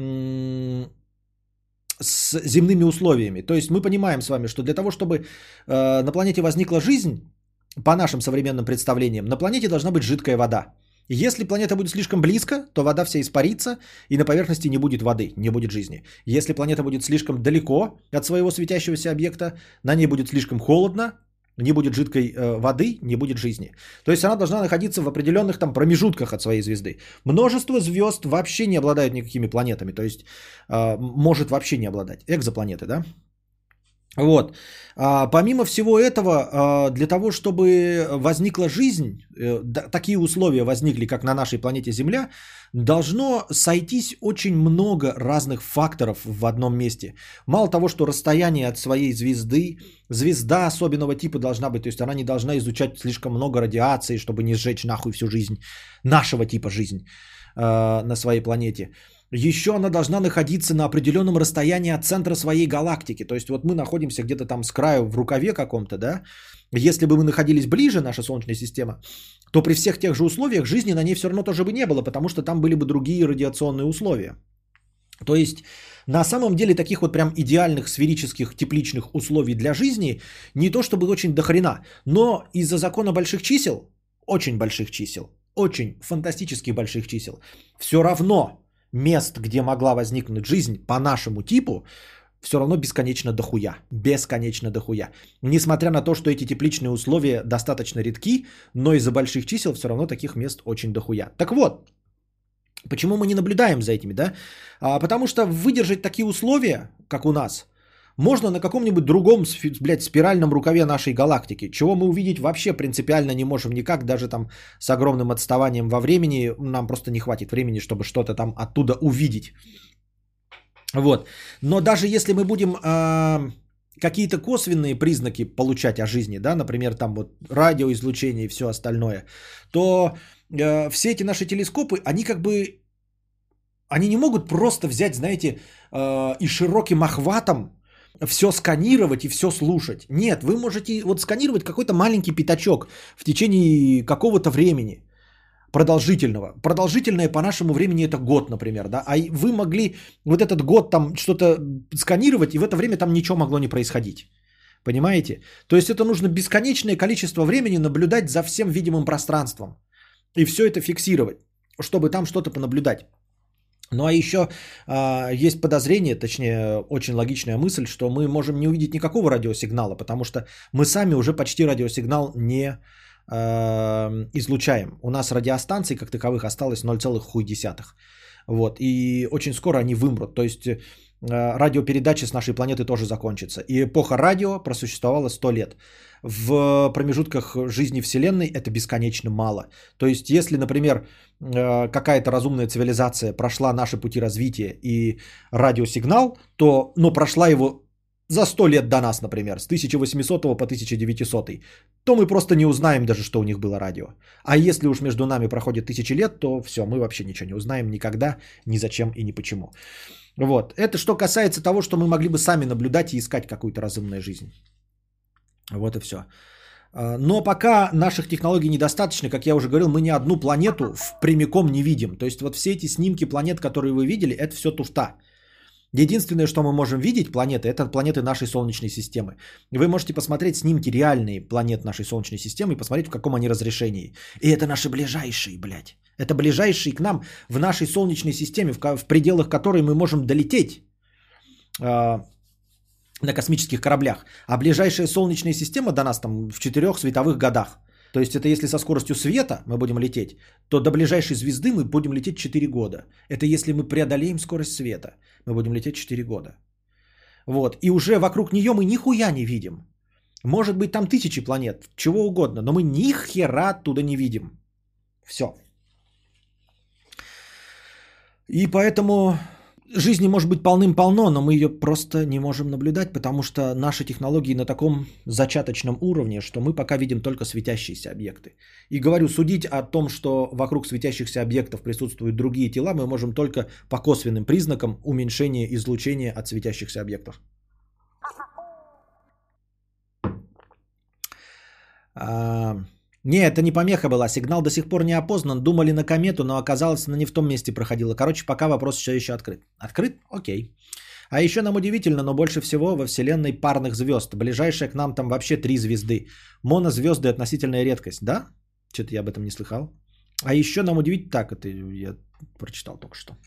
с земными условиями. То есть мы понимаем с вами, что для того, чтобы на планете возникла жизнь, по нашим современным представлениям, на планете должна быть жидкая вода. Если планета будет слишком близко, то вода вся испарится, и на поверхности не будет воды, не будет жизни. Если планета будет слишком далеко от своего светящегося объекта, на ней будет слишком холодно, не будет жидкой воды, не будет жизни. То есть она должна находиться в определенных там промежутках от своей звезды. Множество звезд вообще не обладают никакими планетами, то есть может вообще не обладать. Экзопланеты, да? Вот. Помимо всего этого, для того, чтобы возникла жизнь, такие условия возникли, как на нашей планете Земля, должно сойтись очень много разных факторов в одном месте. Мало того, что расстояние от своей звезды, звезда особенного типа должна быть, то есть она не должна излучать слишком много радиации, чтобы не сжечь нахуй всю жизнь, нашего типа жизнь на своей планете. Еще она должна находиться на определенном расстоянии от центра своей галактики. То есть вот мы находимся где-то там с краю в рукаве каком-то, да. Если бы мы находились ближе, наша Солнечная система, то при всех тех же условиях жизни на ней все равно тоже бы не было, потому что там были бы другие радиационные условия. То есть на самом деле таких вот прям идеальных сферических тепличных условий для жизни не то чтобы очень дохрена, но из-за закона больших чисел, очень больших чисел, очень фантастически больших чисел, все равно мест, где могла возникнуть жизнь по нашему типу, все равно бесконечно дохуя. Бесконечно дохуя. Несмотря на то, что эти тепличные условия достаточно редки, но из-за больших чисел все равно таких мест очень дохуя. Так вот, почему мы не наблюдаем за этими, да? Потому что выдержать такие условия, как у нас, можно на каком-нибудь другом, спиральном рукаве нашей галактики, чего мы увидеть вообще принципиально не можем никак, даже там с огромным отставанием во времени, нам просто не хватит времени, чтобы что-то там оттуда увидеть. Вот. Но даже если мы будем какие-то косвенные признаки получать о жизни, да, например, там вот радиоизлучение и все остальное, то все эти наши телескопы, они не могут просто взять, знаете, и широким охватом все сканировать и все слушать. Нет, вы можете вот сканировать какой-то маленький пятачок в течение какого-то времени продолжительного. Продолжительное по нашему времени это год, например, да, а вы могли вот этот год там что-то сканировать, и в это время там ничего могло не происходить. Понимаете? То есть это нужно бесконечное количество времени наблюдать за всем видимым пространством и все это фиксировать, чтобы там что-то понаблюдать. Ну а еще есть подозрение, точнее очень логичная мысль, что мы можем не увидеть никакого радиосигнала, потому что мы сами уже почти радиосигнал не излучаем. У нас радиостанций как таковых осталось 0,1. Вот, и очень скоро они вымрут. То есть радиопередачи с нашей планеты тоже закончатся. И эпоха радио просуществовала 100 лет. В промежутках жизни Вселенной это бесконечно мало. То есть если, например, какая-то разумная цивилизация прошла наши пути развития и радиосигнал, но прошла его за 100 лет до нас, например, с 1800 по 1900, то мы просто не узнаем даже, что у них было радио. А если уж между нами проходит 1000 лет, то все, мы вообще ничего не узнаем никогда, ни зачем и ни почему. Вот. Это что касается того, что мы могли бы сами наблюдать и искать какую-то разумную жизнь. Вот и все. Но пока наших технологий недостаточно, как я уже говорил, мы ни одну планету прямиком не видим. То есть вот все эти снимки планет, которые вы видели, это все туфта. Единственное, что мы можем видеть планеты, это планеты нашей Солнечной системы. Вы можете посмотреть снимки реальные планет нашей Солнечной системы и посмотреть, в каком они разрешении. И это наши ближайшие, блядь. Это ближайшие к нам в нашей Солнечной системе, в пределах которой мы можем долететь на космических кораблях. А ближайшая Солнечная система до нас там в 4 световых годах. То есть это если со скоростью света мы будем лететь, то до ближайшей звезды мы будем лететь 4 года. Это если мы преодолеем скорость света, мы будем лететь 4 года. Вот. И уже вокруг нее мы нихуя не видим. Может быть там тысячи планет, чего угодно, но мы ни хера оттуда не видим. Все. И поэтому жизни может быть полным-полно, но мы ее просто не можем наблюдать, потому что наши технологии на таком зачаточном уровне, что мы пока видим только светящиеся объекты. И говорю, судить о том, что вокруг светящихся объектов присутствуют другие тела, мы можем только по косвенным признакам уменьшения излучения от светящихся объектов. Не, это не помеха была, сигнал до сих пор не опознан, думали на комету, но оказалось, она не в том месте проходила. Короче, пока вопрос все еще открыт. Открыт? Окей. А еще нам удивительно, но больше всего во Вселенной парных звезд. Ближайшая к нам там вообще 3 звезды. Монозвезды относительная редкость, да? Что-то я об этом не слыхал. А еще нам удивительно... Так, это я прочитал только что.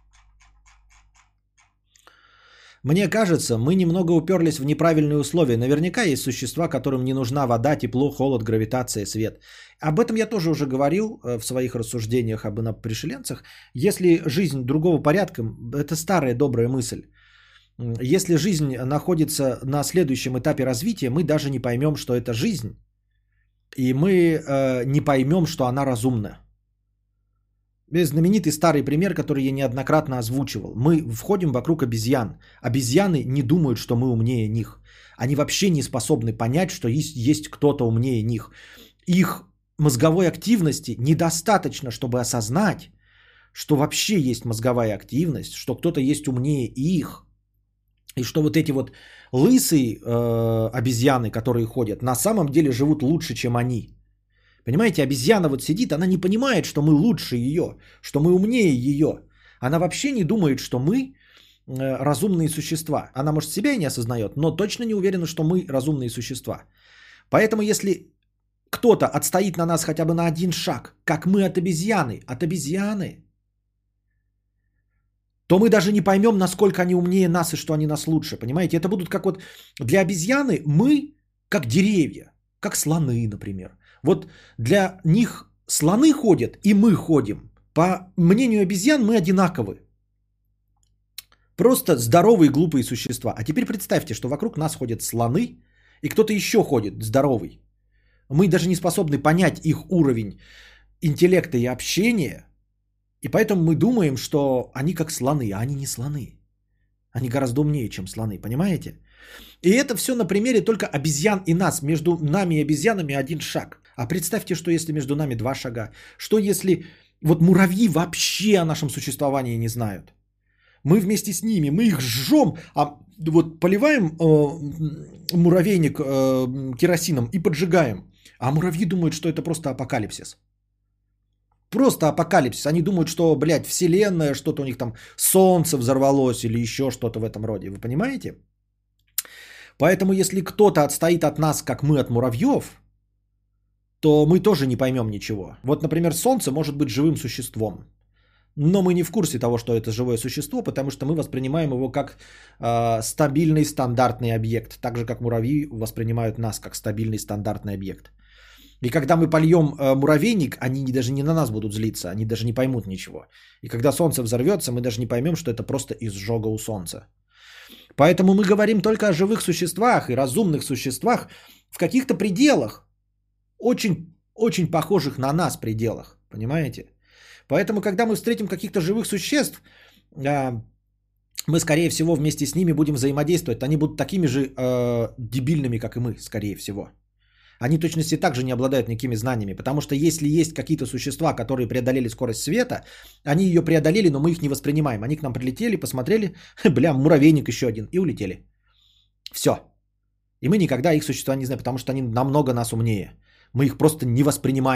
Мне кажется, мы немного уперлись в неправильные условия. Наверняка есть существа, которым не нужна вода, тепло, холод, гравитация, свет. Об этом я тоже уже говорил в своих рассуждениях об инопришеленцах. Если жизнь другого порядка, это старая добрая мысль. Если жизнь находится на следующем этапе развития, мы даже не поймем, что это жизнь. И мы не поймем, что она разумна. Знаменитый старый пример, который я неоднократно озвучивал. Мы входим вокруг обезьян. Обезьяны не думают, что мы умнее них. Они вообще не способны понять, что есть кто-то умнее них. Их мозговой активности недостаточно, чтобы осознать, что вообще есть мозговая активность, что кто-то есть умнее их. И что вот эти вот лысые обезьяны, которые ходят, на самом деле живут лучше, чем они. Понимаете, обезьяна вот сидит, она не понимает, что мы лучше ее, что мы умнее ее. Она вообще не думает, что мы разумные существа. Она, может, себя и не осознает, но точно не уверена, что мы разумные существа. Поэтому, если кто-то отстоит на нас хотя бы на один шаг, как мы от обезьяны, то мы даже не поймем, насколько они умнее нас и что они нас лучше. Понимаете, это будут как вот для обезьяны мы как деревья, как слоны, например. Вот для них слоны ходят, и мы ходим. По мнению обезьян мы одинаковы. Просто здоровые глупые существа. А теперь представьте, что вокруг нас ходят слоны, и кто-то еще ходит здоровый. Мы даже не способны понять их уровень интеллекта и общения. И поэтому мы думаем, что они как слоны, а они не слоны. Они гораздо умнее, чем слоны, понимаете? И это все на примере только обезьян и нас. Между нами и обезьянами один шаг. А представьте, что если между нами 2 шага. Что если вот муравьи вообще о нашем существовании не знают? Мы вместе с ними, мы их жжем, а вот поливаем муравейник керосином и поджигаем. А муравьи думают, что это просто апокалипсис. Просто апокалипсис. Они думают, что, блядь, вселенная, что-то у них там, солнце взорвалось или еще что-то в этом роде. Вы понимаете? Поэтому, если кто-то отстоит от нас, как мы от муравьев, то мы тоже не поймем ничего. Вот, например, солнце может быть живым существом. Но мы не в курсе того, что это живое существо, потому что мы воспринимаем его как стабильный стандартный объект. Так же, как муравьи воспринимают нас как стабильный стандартный объект. И когда мы польем муравейник, они даже не на нас будут злиться, они даже не поймут ничего. И когда солнце взорвется, мы даже не поймем, что это просто изжога у солнца. Поэтому мы говорим только о живых существах и разумных существах в каких-то пределах, очень, очень похожих на нас пределах, понимаете? Поэтому, когда мы встретим каких-то живых существ, мы, скорее всего, вместе с ними будем взаимодействовать. Они будут такими же дебильными, как и мы, скорее всего. Они точности также не обладают никакими знаниями, потому что если есть какие-то существа, которые преодолели скорость света, они ее преодолели, но мы их не воспринимаем. Они к нам прилетели, посмотрели, бля, муравейник еще один, и улетели. Все. И мы никогда их существа не знаем, потому что они намного нас умнее. Мы их просто не воспринимаем.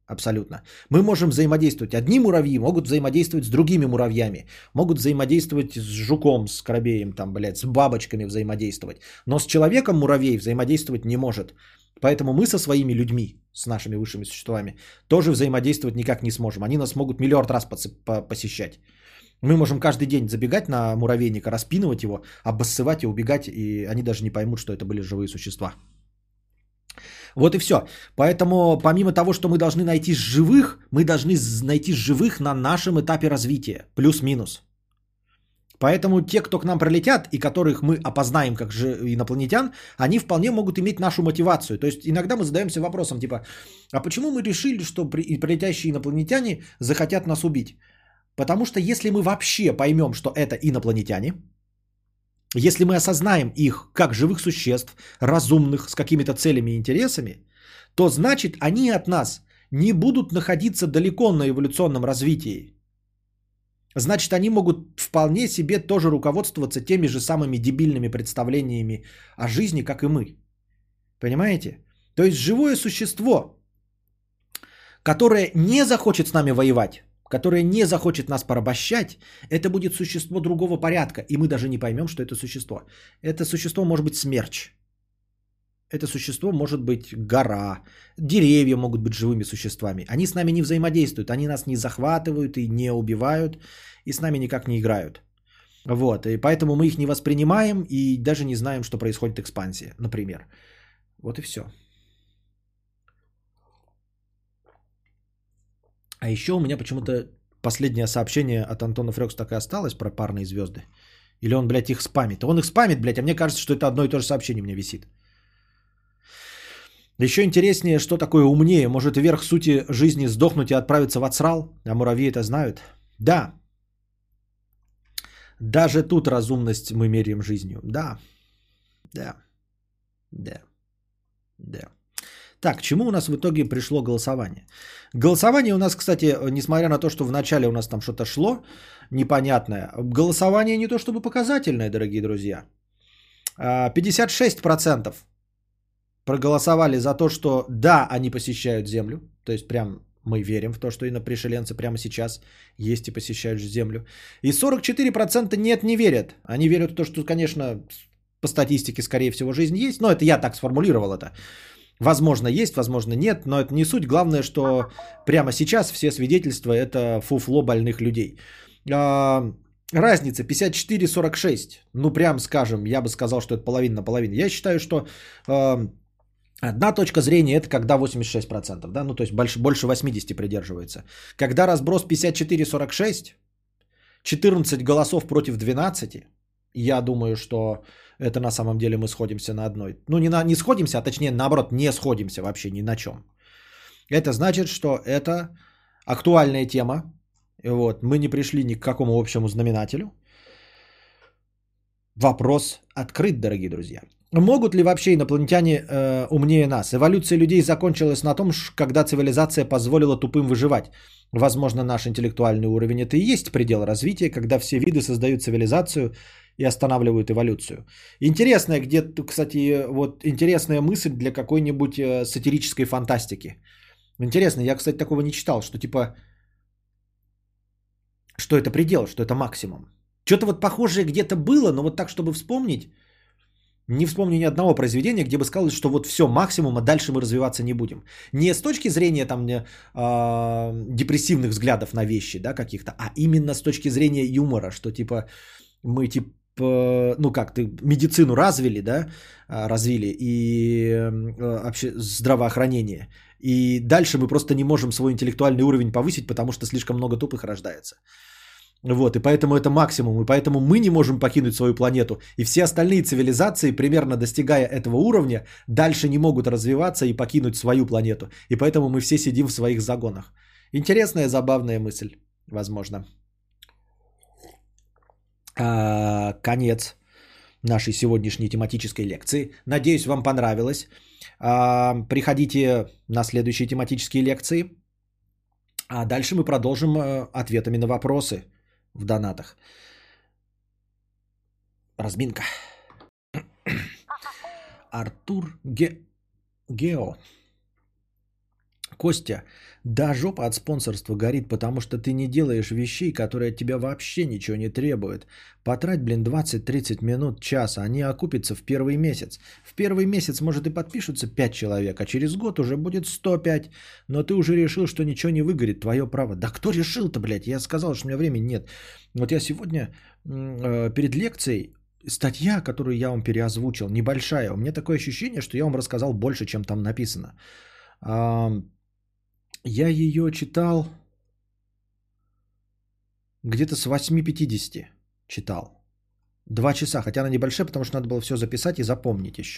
Абсолютно. Мы можем взаимодействовать. Одни муравьи могут взаимодействовать с другими муравьями. Могут взаимодействовать с жуком, с скоробеем, там, блядь, с бабочками взаимодействовать. Но с человеком муравей взаимодействовать не может. Поэтому мы со своими людьми, с нашими высшими существами, тоже взаимодействовать никак не сможем. Они нас могут миллиард раз посещать. Мы можем каждый день забегать на муравейника, распинывать его, обоссывать и убегать, и они даже не поймут, что это были живые существа. Вот и все. Поэтому помимо того, что мы должны найти живых, мы должны найти живых на нашем этапе развития. Плюс-минус. Поэтому те, кто к нам прилетят и которых мы опознаем как же инопланетян, они вполне могут иметь нашу мотивацию. То есть иногда мы задаемся вопросом типа, а почему мы решили, что прилетящие инопланетяне захотят нас убить? Потому что если мы вообще поймем, что это инопланетяне, если мы осознаем их как живых существ, разумных, с какими-то целями и интересами, то значит они от нас не будут находиться далеко на эволюционном развитии. Значит, они могут вполне себе тоже руководствоваться теми же самыми дебильными представлениями о жизни, как и мы. Понимаете? То есть живое существо, которое не захочет с нами воевать, которое не захочет нас порабощать, это будет существо другого порядка, и мы даже не поймем, что это существо. Это существо может быть смерч. Это существо может быть гора. Деревья могут быть живыми существами. Они с нами не взаимодействуют, они нас не захватывают и не убивают, и с нами никак не играют. Вот, и поэтому мы их не воспринимаем и даже не знаем, что происходит экспансия, например. Вот и все. А еще у меня почему-то последнее сообщение от Антона Фрёкс так и осталось про парные звезды. Или он, блядь, их спамит. Он их спамит, блядь, а мне кажется, что это одно и то же сообщение у меня висит. Еще интереснее, что такое умнее. Может, верх сути жизни сдохнуть и отправиться в ацрал? А муравьи это знают? Да. Даже тут разумность мы меряем жизнью. Да. Да. Да. Да. Так, к чему у нас в итоге пришло голосование? Голосование у нас, кстати, несмотря на то, что в начале у нас там что-то шло непонятное, голосование не то чтобы показательное, дорогие друзья. 56% проголосовали за то, что да, они посещают Землю. То есть прям мы верим в то, что инопришеленцы прямо сейчас есть и посещают Землю. И 44% нет, не верят. Они верят в то, что, конечно, по статистике, скорее всего, жизнь есть. Но это я так сформулировал это. Возможно, есть, возможно, нет, но это не суть. Главное, что прямо сейчас все свидетельства – это фуфло больных людей. Разница 54-46. Ну, прям скажем, я бы сказал, что это половина на половину. Я считаю, что одна точка зрения – это когда 86%, да, ну, то есть больше 80 придерживается. Когда разброс 54-46, 14 голосов против 12, я думаю, что это на самом деле мы сходимся на одной. Ну, не сходимся, а точнее, наоборот, не сходимся вообще ни на чем. Это значит, что это актуальная тема. Вот, мы не пришли ни к какому общему знаменателю. Вопрос открыт, дорогие друзья. Могут ли вообще инопланетяне умнее нас? Эволюция людей закончилась на том, когда цивилизация позволила тупым выживать. Возможно, наш интеллектуальный уровень – это и есть предел развития, когда все виды создают цивилизацию и останавливают эволюцию. Интересная, где-то, кстати, вот интересная мысль для какой-нибудь сатирической фантастики. Интересно, я, кстати, такого не читал, что типа, что это предел, что это максимум. Что-то вот похожее где-то было, но вот так, чтобы вспомнить, не вспомню ни одного произведения, где бы сказалось, что вот все, максимум, а дальше мы развиваться не будем. Не с точки зрения там депрессивных взглядов на вещи, да, каких-то, а именно с точки зрения юмора, что типа мы типа, ну как, ты медицину развили, да, развили и вообще здравоохранение. И дальше мы просто не можем свой интеллектуальный уровень повысить, потому что слишком много тупых рождается. Вот, и поэтому это максимум, и поэтому мы не можем покинуть свою планету. И все остальные цивилизации, примерно достигая этого уровня, дальше не могут развиваться и покинуть свою планету. И поэтому мы все сидим в своих загонах. Интересная, забавная мысль, возможно. Конец нашей сегодняшней тематической лекции. Надеюсь, вам понравилось. Приходите на следующие тематические лекции. А дальше мы продолжим ответами на вопросы в донатах. Разминка. Артур Гео. Костя, да, жопа от спонсорства горит, потому что ты не делаешь вещей, которые от тебя вообще ничего не требуют. Потрать, 20-30 минут, час, они окупятся в первый месяц. В первый месяц, может, и подпишутся 5 человек, а через год уже будет 105. Но ты уже решил, что ничего не выгорит, твое право. Да кто решил-то, блядь? Я сказал, что у меня времени нет. Вот я сегодня перед лекцией, статья, которую я вам переозвучил, небольшая. У меня такое ощущение, что я вам рассказал больше, чем там написано. Я ее читал где-то с 8:50 читал. 2 часа, хотя она небольшая, потому что надо было все записать и запомнить еще.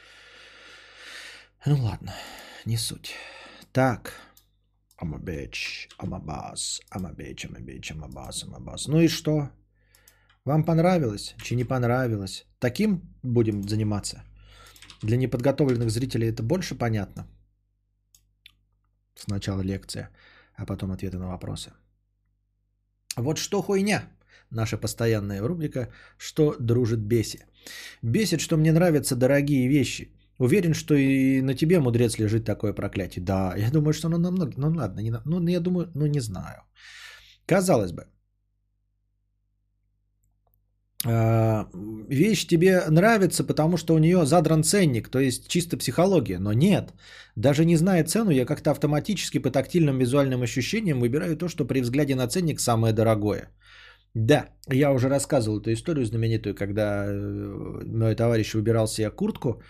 Ну ладно, не суть. Так. I'm a bitch, I'm a boss, I'm a bitch, I'm a bitch, I'm a boss, I'm a boss. Ну и что? Вам понравилось? Чи не понравилось? Таким будем заниматься? Для неподготовленных зрителей это больше понятно? Сначала лекция, а потом ответы на вопросы. Вот что хуйня, наша постоянная рубрика «Что дружит беси». Бесит, что мне нравятся дорогие вещи. Уверен, что и на тебе, мудрец, лежит такое проклятие. Да, я думаю, что оно намного... Ну ладно, я думаю, не знаю. Казалось бы, вещь тебе нравится, потому что у нее задран ценник, то есть чисто психология. Но нет, даже не зная цену, я как-то автоматически по тактильным визуальным ощущениям выбираю то, что при взгляде на ценник самое дорогое. Да, я уже рассказывал эту историю знаменитую, когда мой товарищ выбирал себе куртку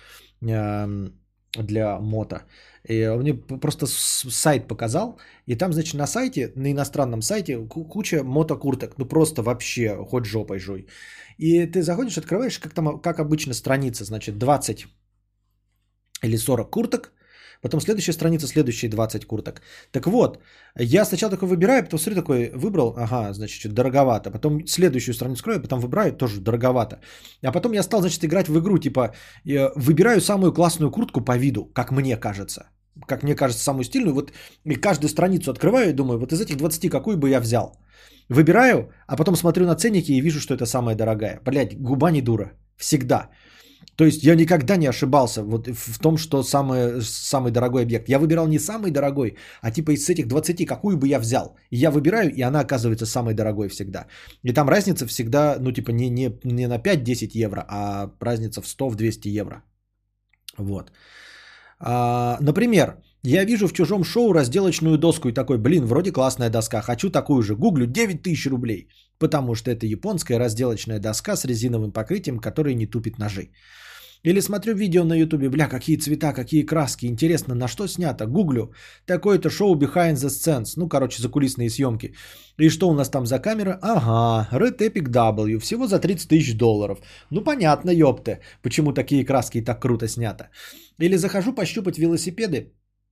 для мото. И он мне просто сайт показал, и там, значит, на сайте, на иностранном сайте куча мотокурток, ну просто вообще хоть жопой жуй. И ты заходишь, открываешь, как там, как обычно, страница, значит, 20 или 40 курток, потом следующая страница, следующие 20 курток. Так вот, я сначала такой выбираю, потом смотрю, такой выбрал, ага, значит, что-то дороговато. Потом следующую страницу открою, потом выбираю, тоже дороговато. А потом я стал, значит, играть в игру, типа, выбираю самую классную куртку по виду, как мне кажется. Как мне кажется, самую стильную. Вот и каждую страницу открываю и думаю, вот из этих 20 какую бы я взял. Выбираю, а потом смотрю на ценники и вижу, что это самая дорогая. Блядь, губа не дура. Всегда. То есть я никогда не ошибался вот в том, что самый дорогой объект. Я выбирал не самый дорогой, а типа из этих 20 какую бы я взял. И я выбираю, и она оказывается самой дорогой всегда. И там разница всегда, ну типа не на 5-10 евро, а разница в 100-200 евро. Вот. Например, я вижу в чужом шоу разделочную доску и такой, блин, вроде классная доска, хочу такую же. Гуглю 9000 рублей, потому что это японская разделочная доска с резиновым покрытием, которая не тупит ножи. Или смотрю видео на ютубе, бля, какие цвета, какие краски, интересно, на что снято. Гуглю, такое-то шоу Behind the Scenes, ну, короче, закулисные съемки. И что у нас там за камера? Ага, Red Epic W, всего за $30 000. Ну, понятно, ёпты, почему такие краски и так круто снято. Или захожу пощупать велосипеды.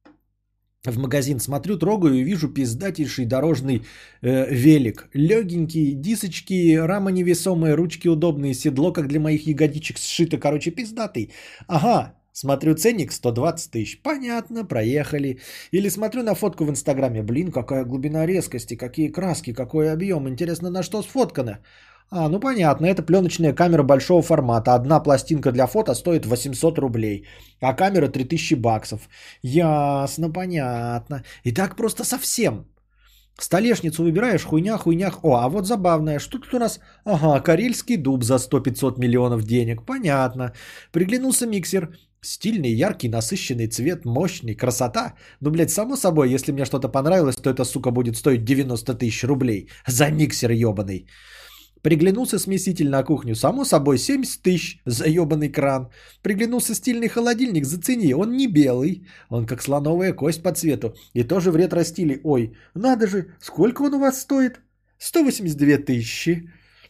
В магазин смотрю, трогаю и вижу пиздатейший дорожный велик. Легенький, дисочки, рама невесомая, ручки удобные, седло, как для моих ягодичек сшито, короче, пиздатый. Ага, смотрю ценник 120 000. Понятно, проехали. Или смотрю на фотку в инстаграме. Блин, какая глубина резкости, какие краски, какой объем. Интересно, на что сфоткано? А, ну понятно, это пленочная камера большого формата. Одна пластинка для фото стоит 800 рублей, а камера 3000 баксов. Ясно, понятно. И так просто совсем. Столешницу выбираешь, хуйня. О, а вот забавное, что тут у нас? Ага, карельский дуб за 100-500 миллионов денег. Понятно. Приглянулся миксер. Стильный, яркий, насыщенный цвет, мощный, красота. Ну, блядь, само собой, если мне что-то понравилось, то эта сука будет стоить 90 000 рублей за миксер ебаный. Приглянулся смеситель на кухню, само собой, 70 000 за ебаный кран. Приглянулся стильный холодильник, зацени, он не белый, он как слоновая кость по цвету и тоже в ретро-стиле. Ой, надо же, сколько он у вас стоит? 182 000.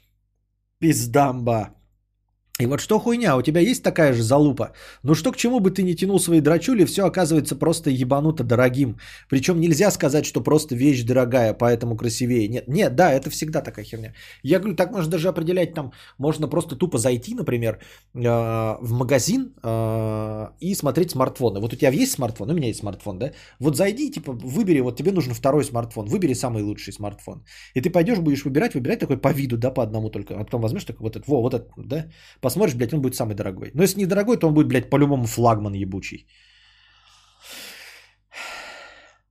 Пиздамба. И вот что хуйня, у тебя есть такая же залупа? Ну что к чему бы ты ни тянул свои драчули, все оказывается просто ебануто дорогим. Причем нельзя сказать, что просто вещь дорогая, поэтому красивее. Нет, да, это всегда такая херня. Я говорю, так можно даже определять, там можно просто тупо зайти, например, в магазин и смотреть смартфоны. Вот у тебя есть смартфон, у меня есть смартфон, да? Вот зайди, типа выбери, вот тебе нужен второй смартфон, выбери самый лучший смартфон. И ты пойдешь, будешь выбирать такой по виду, да, по одному только. А потом возьмешь такой вот этот, вот этот, да? Посмотришь, блядь, он будет самый дорогой. Но если не дорогой, то он будет, блядь, по-любому флагман ебучий.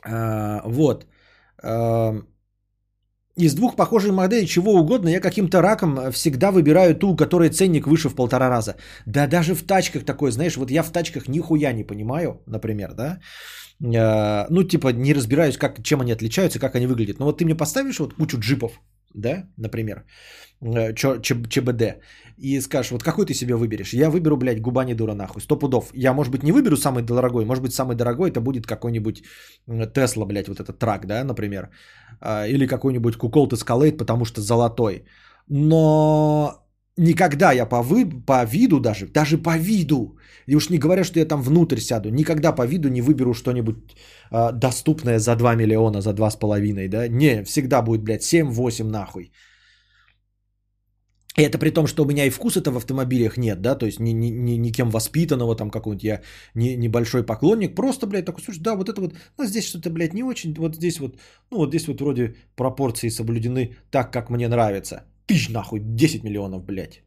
Вот. А, Из двух похожих моделей чего угодно, я каким-то раком всегда выбираю ту, у которой ценник выше в 1,5 раза. Да даже в тачках такое, знаешь, вот я в тачках нихуя не понимаю, например, да. Ну, типа, не разбираюсь, чем они отличаются, как они выглядят. Но вот ты мне поставишь вот кучу джипов, да, например, ЧБД, и скажешь, вот какой ты себе выберешь? Я выберу, блядь, губа не дура нахуй, 100 пудов. Я, может быть, не выберу самый дорогой, может быть, самый дорогой это будет какой-нибудь Тесла, блядь, вот этот трак, да, например, или какой-нибудь Куколт Escalade, потому что золотой. Но никогда я по виду даже по виду, и уж не говоря, что я там внутрь сяду, никогда по виду не выберу что-нибудь доступное за 2 миллиона, за 2,5, да, не, всегда будет, блядь, 7-8 нахуй. И это при том, что у меня и вкуса-то в автомобилях нет, да, то есть никем воспитанного, там какой-нибудь я небольшой поклонник, просто, блядь, такой, слушай, да, вот это вот, ну, здесь что-то, блядь, не очень, вот здесь вот, ну, вот здесь вот вроде пропорции соблюдены так, как мне нравится. Тысяч нахуй, 10 миллионов, блядь.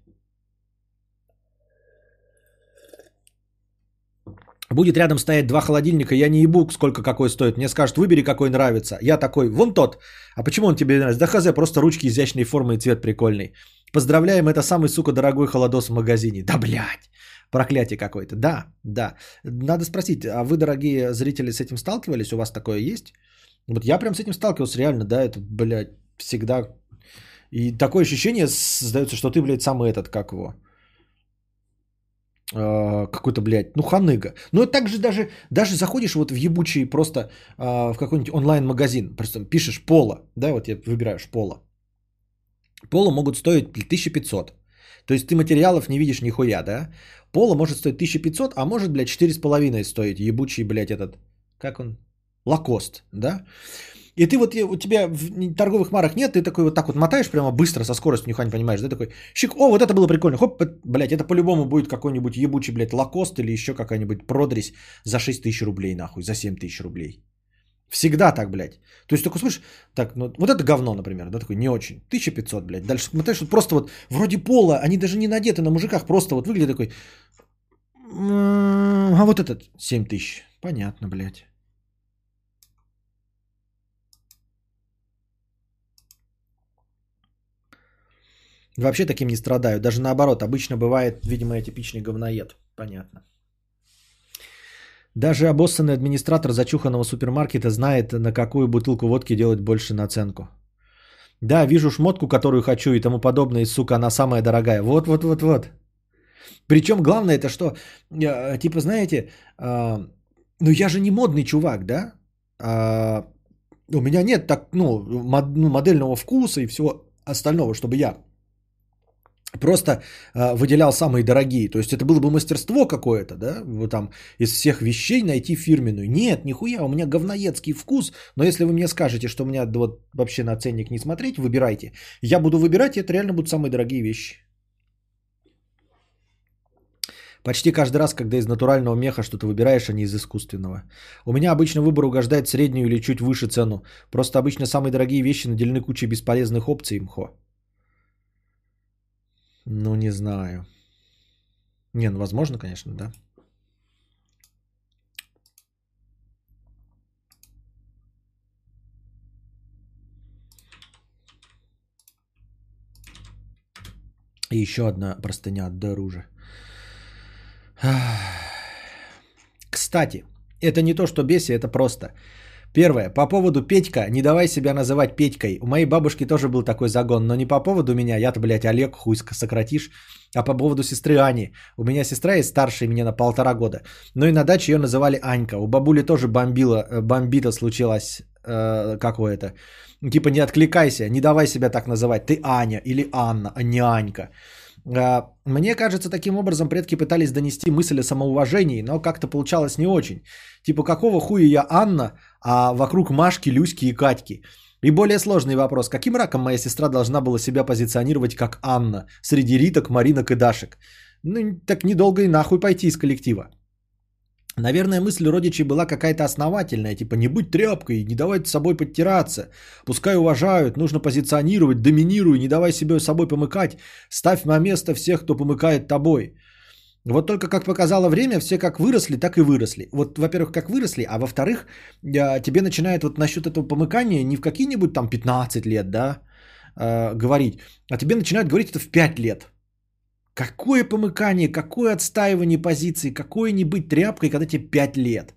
Будет рядом стоять 2 холодильника, я не ебу, сколько какой стоит. Мне скажут, выбери, какой нравится. Я такой, вон тот. А почему он тебе нравится? Да хз, просто ручки изящной формы и цвет прикольный. Поздравляем, это самый, сука, дорогой холодос в магазине. Да, блядь. Проклятие какое-то. Да, да. Надо спросить, а вы, дорогие зрители, с этим сталкивались? У вас такое есть? Вот я прям с этим сталкивался, реально, да, это, блядь, всегда. И такое ощущение создается, что ты, блядь, самый этот, как его, какой-то, блядь, ну, ханыга. Ну, это так же даже заходишь вот в ебучий просто в какой-нибудь онлайн-магазин, просто пишешь поло, да, вот я выбираешь поло. Поло могут стоить 1500. То есть ты материалов не видишь нихуя, да? Поло может стоить 1500, а может, блядь, 4,5 стоить ебучий, блядь, этот, как он, Лакост, да? И ты вот, у тебя торговых марок нет, ты такой вот так вот мотаешь прямо быстро, со скоростью, нихуя не понимаешь, да, такой, щик, о, вот это было прикольно, хоп, блядь, это по-любому будет какой-нибудь ебучий, блядь, Лакост или еще какая-нибудь продресь за 6 тысяч рублей, нахуй, за 7 тысяч рублей. Всегда так, блядь. То есть такой, слышишь, так, ну, вот это говно, например, да, такой, не очень, 1500, блядь. Дальше смотришь, вот просто вот, вроде пола, они даже не надеты на мужиках, просто вот выглядит такой, а вот этот 7 тысяч, понятно, блядь. Вообще таким не страдаю. Даже наоборот, обычно бывает, видимо, я типичный говноед. Понятно. Даже обоссанный администратор зачуханного супермаркета знает, на какую бутылку водки делать больше наценку. Да, вижу шмотку, которую хочу и тому подобное, и, сука, она самая дорогая. Вот. Причем главное это, что, типа, знаете, ну я же не модный чувак, да? У меня нет так, модельного вкуса и всего остального, чтобы я просто выделял самые дорогие. То есть это было бы мастерство какое-то, да, вот там из всех вещей найти фирменную. Нет, нихуя, у меня говноедский вкус, но если вы мне скажете, что у меня вот вообще на ценник не смотреть, выбирайте. Я буду выбирать, и это реально будут самые дорогие вещи. Почти каждый раз, когда из натурального меха что-то выбираешь, а не из искусственного. У меня обычно выбор угождает среднюю или чуть выше цену. Просто обычно самые дорогие вещи наделены кучей бесполезных опций, мхо. Ну, не знаю. Не, ну, возможно, конечно, да. И еще одна простыня от Доружа. Кстати, это не то, что беси, это просто. Первое, по поводу Петька, не давай себя называть Петькой. У моей бабушки тоже был такой загон, но не по поводу меня, я-то, блядь, Олег, хуй сократишь, а по поводу сестры Ани. У меня сестра есть старше меня на 1,5 года, но и на даче ее называли Анька. У бабули тоже бомбита случилась, какое-то. Типа не откликайся, не давай себя так называть, ты Аня или Анна, а не Анька. Мне кажется, таким образом предки пытались донести мысль о самоуважении, но как-то получалось не очень. Типа, какого хуя я Анна, а вокруг Машки, Люськи и Катьки? И более сложный вопрос. Каким раком моя сестра должна была себя позиционировать как Анна среди Риток, Маринок и Дашек? Ну, так недолго и нахуй пойти из коллектива. Наверное, мысль родичей была какая-то основательная, типа не будь тряпкой, не давай с собой подтираться, пускай уважают, нужно позиционировать, доминируй, не давай себе собой помыкать, ставь на место всех, кто помыкает тобой. Вот только как показало время, все как выросли, так и выросли. Вот, во-первых, как выросли, а во-вторых, тебе начинает вот насчет этого помыкания не в какие-нибудь там 15 лет, да, говорить, а тебе начинают говорить это в 5 лет. Какое помыкание, какое отстаивание позиции, какое не быть тряпкой, когда тебе 5 лет.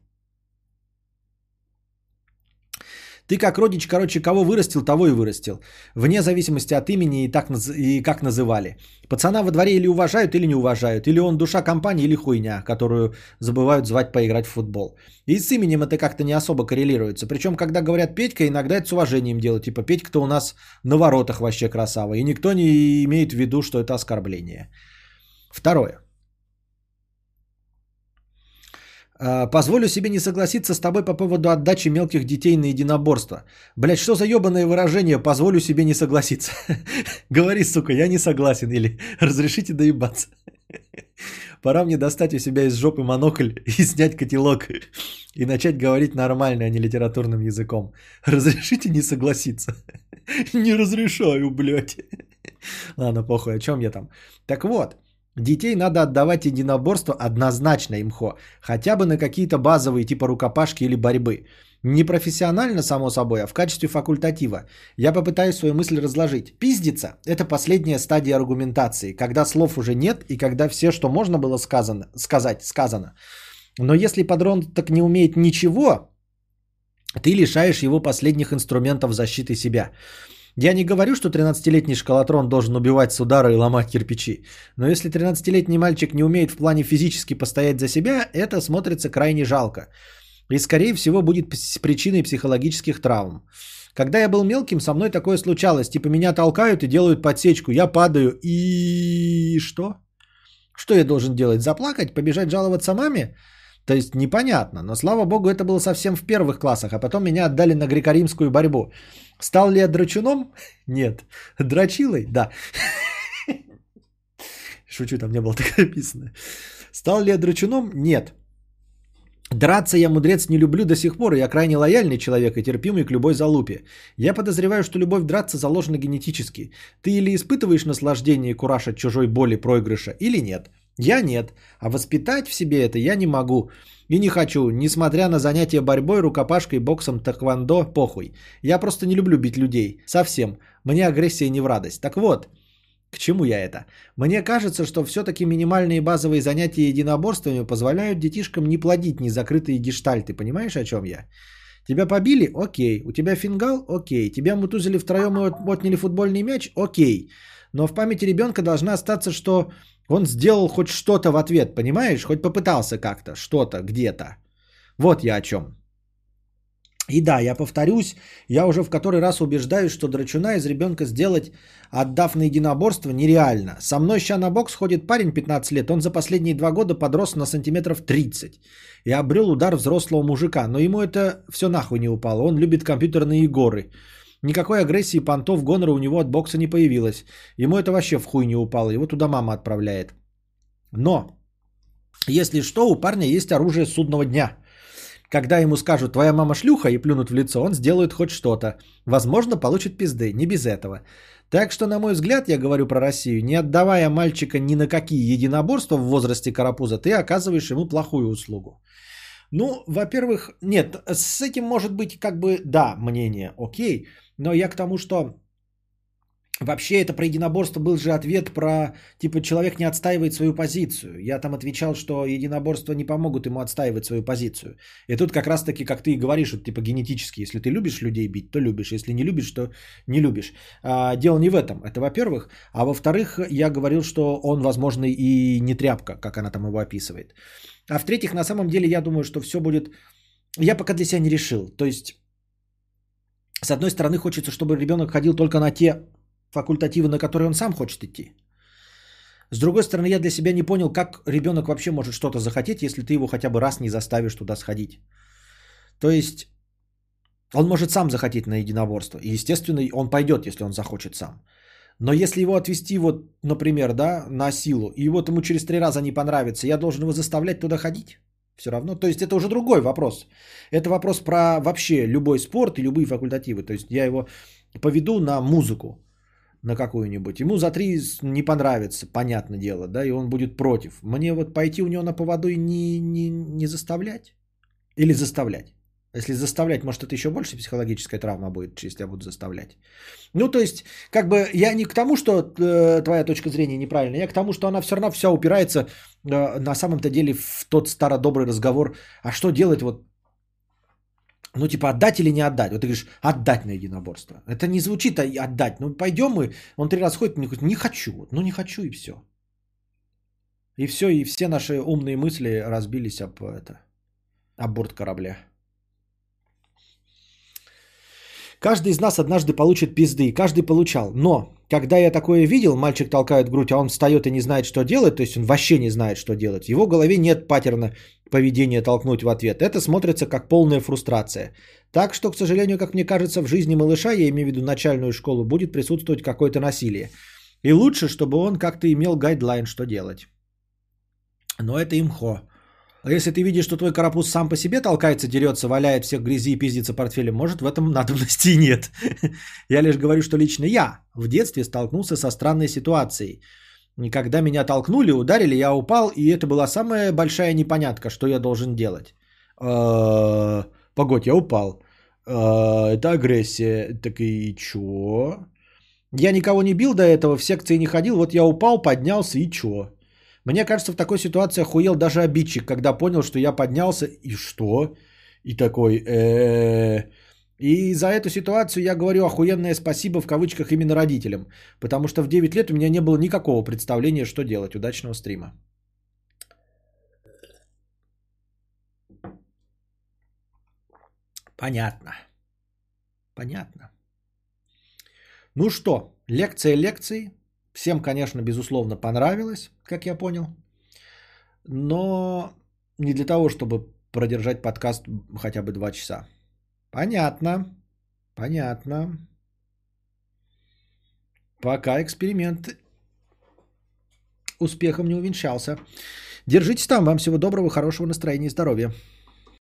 Ты как родич, короче, кого вырастил, того и вырастил. Вне зависимости от имени и как называли. Пацана во дворе или уважают, или не уважают. Или он душа компании, или хуйня, которую забывают звать поиграть в футбол. И с именем это как-то не особо коррелируется. Причем, когда говорят Петька, иногда это с уважением делают. Типа, Петька-то у нас на воротах вообще красава. И никто не имеет в виду, что это оскорбление. Второе. Позволю себе не согласиться с тобой по поводу отдачи мелких детей на единоборство. Блять, что за ебаное выражение «позволю себе не согласиться»? Говори, сука, я не согласен. Или разрешите доебаться. Пора мне достать у себя из жопы монокль и снять котелок. И начать говорить нормально, а не литературным языком. Разрешите не согласиться? Не разрешаю, блядь. Ладно, похуй, о чем я там. Так вот. Детей надо отдавать единоборство однозначно, имхо. Хотя бы на какие-то базовые типа рукопашки или борьбы. Не профессионально, само собой, а в качестве факультатива. Я попытаюсь свою мысль разложить. Пиздиться – это последняя стадия аргументации, когда слов уже нет и когда все, что можно было сказано. Но если подросток не умеет ничего, ты лишаешь его последних инструментов защиты себя. Я не говорю, что 13-летний школотрон должен убивать с удара и ломать кирпичи. Но если 13-летний мальчик не умеет в плане физически постоять за себя, это смотрится крайне жалко. И скорее всего будет причиной психологических травм. Когда я был мелким, со мной такое случалось. Типа меня толкают и делают подсечку. Я падаю и... Что? Что я должен делать? Заплакать? Побежать жаловаться маме? То есть непонятно. Но слава богу, это было совсем в первых классах. А потом меня отдали на греко-римскую борьбу. Стал ли я драчуном? Нет. Дрочилой? Да. Шучу, там не было так написано. Стал ли я драчуном? Нет. Драться я, мудрец, не люблю до сих пор. Я крайне лояльный человек и терпимый к любой залупе. Я подозреваю, что любовь драться заложена генетически. Ты или испытываешь наслаждение и кураж от чужой боли, проигрыша, или нет. Я нет. А воспитать в себе это я не могу. И не хочу, несмотря на занятия борьбой, рукопашкой, боксом, тэквондо, похуй. Я просто не люблю бить людей. Совсем. Мне агрессия не в радость. Так вот, к чему я это? Мне кажется, что все-таки минимальные базовые занятия единоборствами позволяют детишкам не плодить незакрытые гештальты. Понимаешь, о чем я? Тебя побили? Окей. У тебя фингал? Окей. Тебя мутузили втроем и отняли футбольный мяч? Окей. Но в памяти ребенка должна остаться, что он сделал хоть что-то в ответ, понимаешь? Хоть попытался как-то, что-то, где-то. Вот я о чем. И да, я повторюсь, я уже в который раз убеждаюсь, что драчуна из ребенка сделать, отдав на единоборство, нереально. Со мной ща на бокс ходит парень 15 лет, он за последние 2 года подрос на сантиметров 30 и обрел удар взрослого мужика, но ему это все нахуй не упало, он любит компьютерные игры. Никакой агрессии, понтов, гонора у него от бокса не появилось. Ему это вообще в хуй не упало, его туда мама отправляет. Но, если что, у парня есть оружие судного дня. Когда ему скажут «твоя мама шлюха» и плюнут в лицо, он сделает хоть что-то. Возможно, получит пизды, не без этого. Так что, на мой взгляд, я говорю про Россию, не отдавая мальчика ни на какие единоборства в возрасте карапуза, ты оказываешь ему плохую услугу. Ну, во-первых, нет, с этим может быть как бы, да, мнение, окей, но я к тому, что вообще это про единоборство был же ответ про, типа, человек не отстаивает свою позицию. Я там отвечал, что единоборства не помогут ему отстаивать свою позицию. И тут как раз-таки, как ты и говоришь, вот, типа, генетически, если ты любишь людей бить, то любишь, если не любишь, то не любишь. Дело не в этом, это во-первых. А во-вторых, я говорил, что он, возможно, и не тряпка, как она там его описывает. А в-третьих, на самом деле, я думаю, что все будет... Я пока для себя не решил. То есть, с одной стороны, хочется, чтобы ребенок ходил только на те факультативы, на которые он сам хочет идти. С другой стороны, я для себя не понял, как ребенок вообще может что-то захотеть, если ты его хотя бы раз не заставишь туда сходить. То есть, он может сам захотеть на единоборство. И, естественно, он пойдет, если он захочет сам. Но если его отвести, вот, например, да, на силу, и вот ему через 3 раза не понравится, я должен его заставлять туда ходить? Все равно. То есть это уже другой вопрос. Это вопрос про вообще любой спорт и любые факультативы. То есть я его поведу на музыку. на какую-нибудь. Ему за 3 не понравится, понятное дело, да, и он будет против. Мне вот пойти у него на поводу и не заставлять? Или заставлять? Если заставлять, может, это еще больше психологическая травма будет, если я буду заставлять. Ну, то есть, как бы я не к тому, что твоя точка зрения неправильная, я к тому, что она все равно вся упирается на самом-то деле в тот стародобрый разговор, а что делать вот, ну, типа, отдать или не отдать? Вот ты говоришь, отдать на единоборство. Это не звучит отдать. Ну, пойдем мы, он 3 раза ходит, не хочу, ну, не хочу и все. И все, и все наши умные мысли разбились об борт корабля. Каждый из нас однажды получит пизды, каждый получал. Но, когда я такое видел, мальчик толкает грудь, а он встает и не знает, что делать, то есть он вообще не знает, что делать. В его голове нет паттерна поведения толкнуть в ответ. Это смотрится как полная фрустрация. Так что, к сожалению, как мне кажется, в жизни малыша, я имею в виду начальную школу, будет присутствовать какое-то насилие. И лучше, чтобы он как-то имел гайдлайн, что делать. Но это имхо. А если ты видишь, что твой карапуз сам по себе толкается, дерется, валяет всех в грязи и пиздится портфелем, может, в этом надобности и нет. Я лишь говорю, что лично я в детстве столкнулся со странной ситуацией. И когда меня толкнули, ударили, я упал, и это была самая большая непонятка, что я должен делать. Погодь, я упал. Это агрессия. Так и чё? Я никого не бил до этого, в секции не ходил, вот я упал, поднялся и чё? Мне кажется, в такой ситуации охуел даже обидчик, когда понял, что я поднялся, и что? И такой, И за эту ситуацию я говорю охуенное спасибо в кавычках именно родителям, потому что в 9 лет у меня не было никакого представления, что делать. Удачного стрима. Понятно. Понятно. Ну что, лекция лекции. Всем, конечно, безусловно, понравилось, как я понял. Но не для того, чтобы продержать подкаст хотя бы 2 часа. Понятно. Понятно. Пока эксперимент успехом не увенчался. Держитесь там. Вам всего доброго, хорошего настроения и здоровья.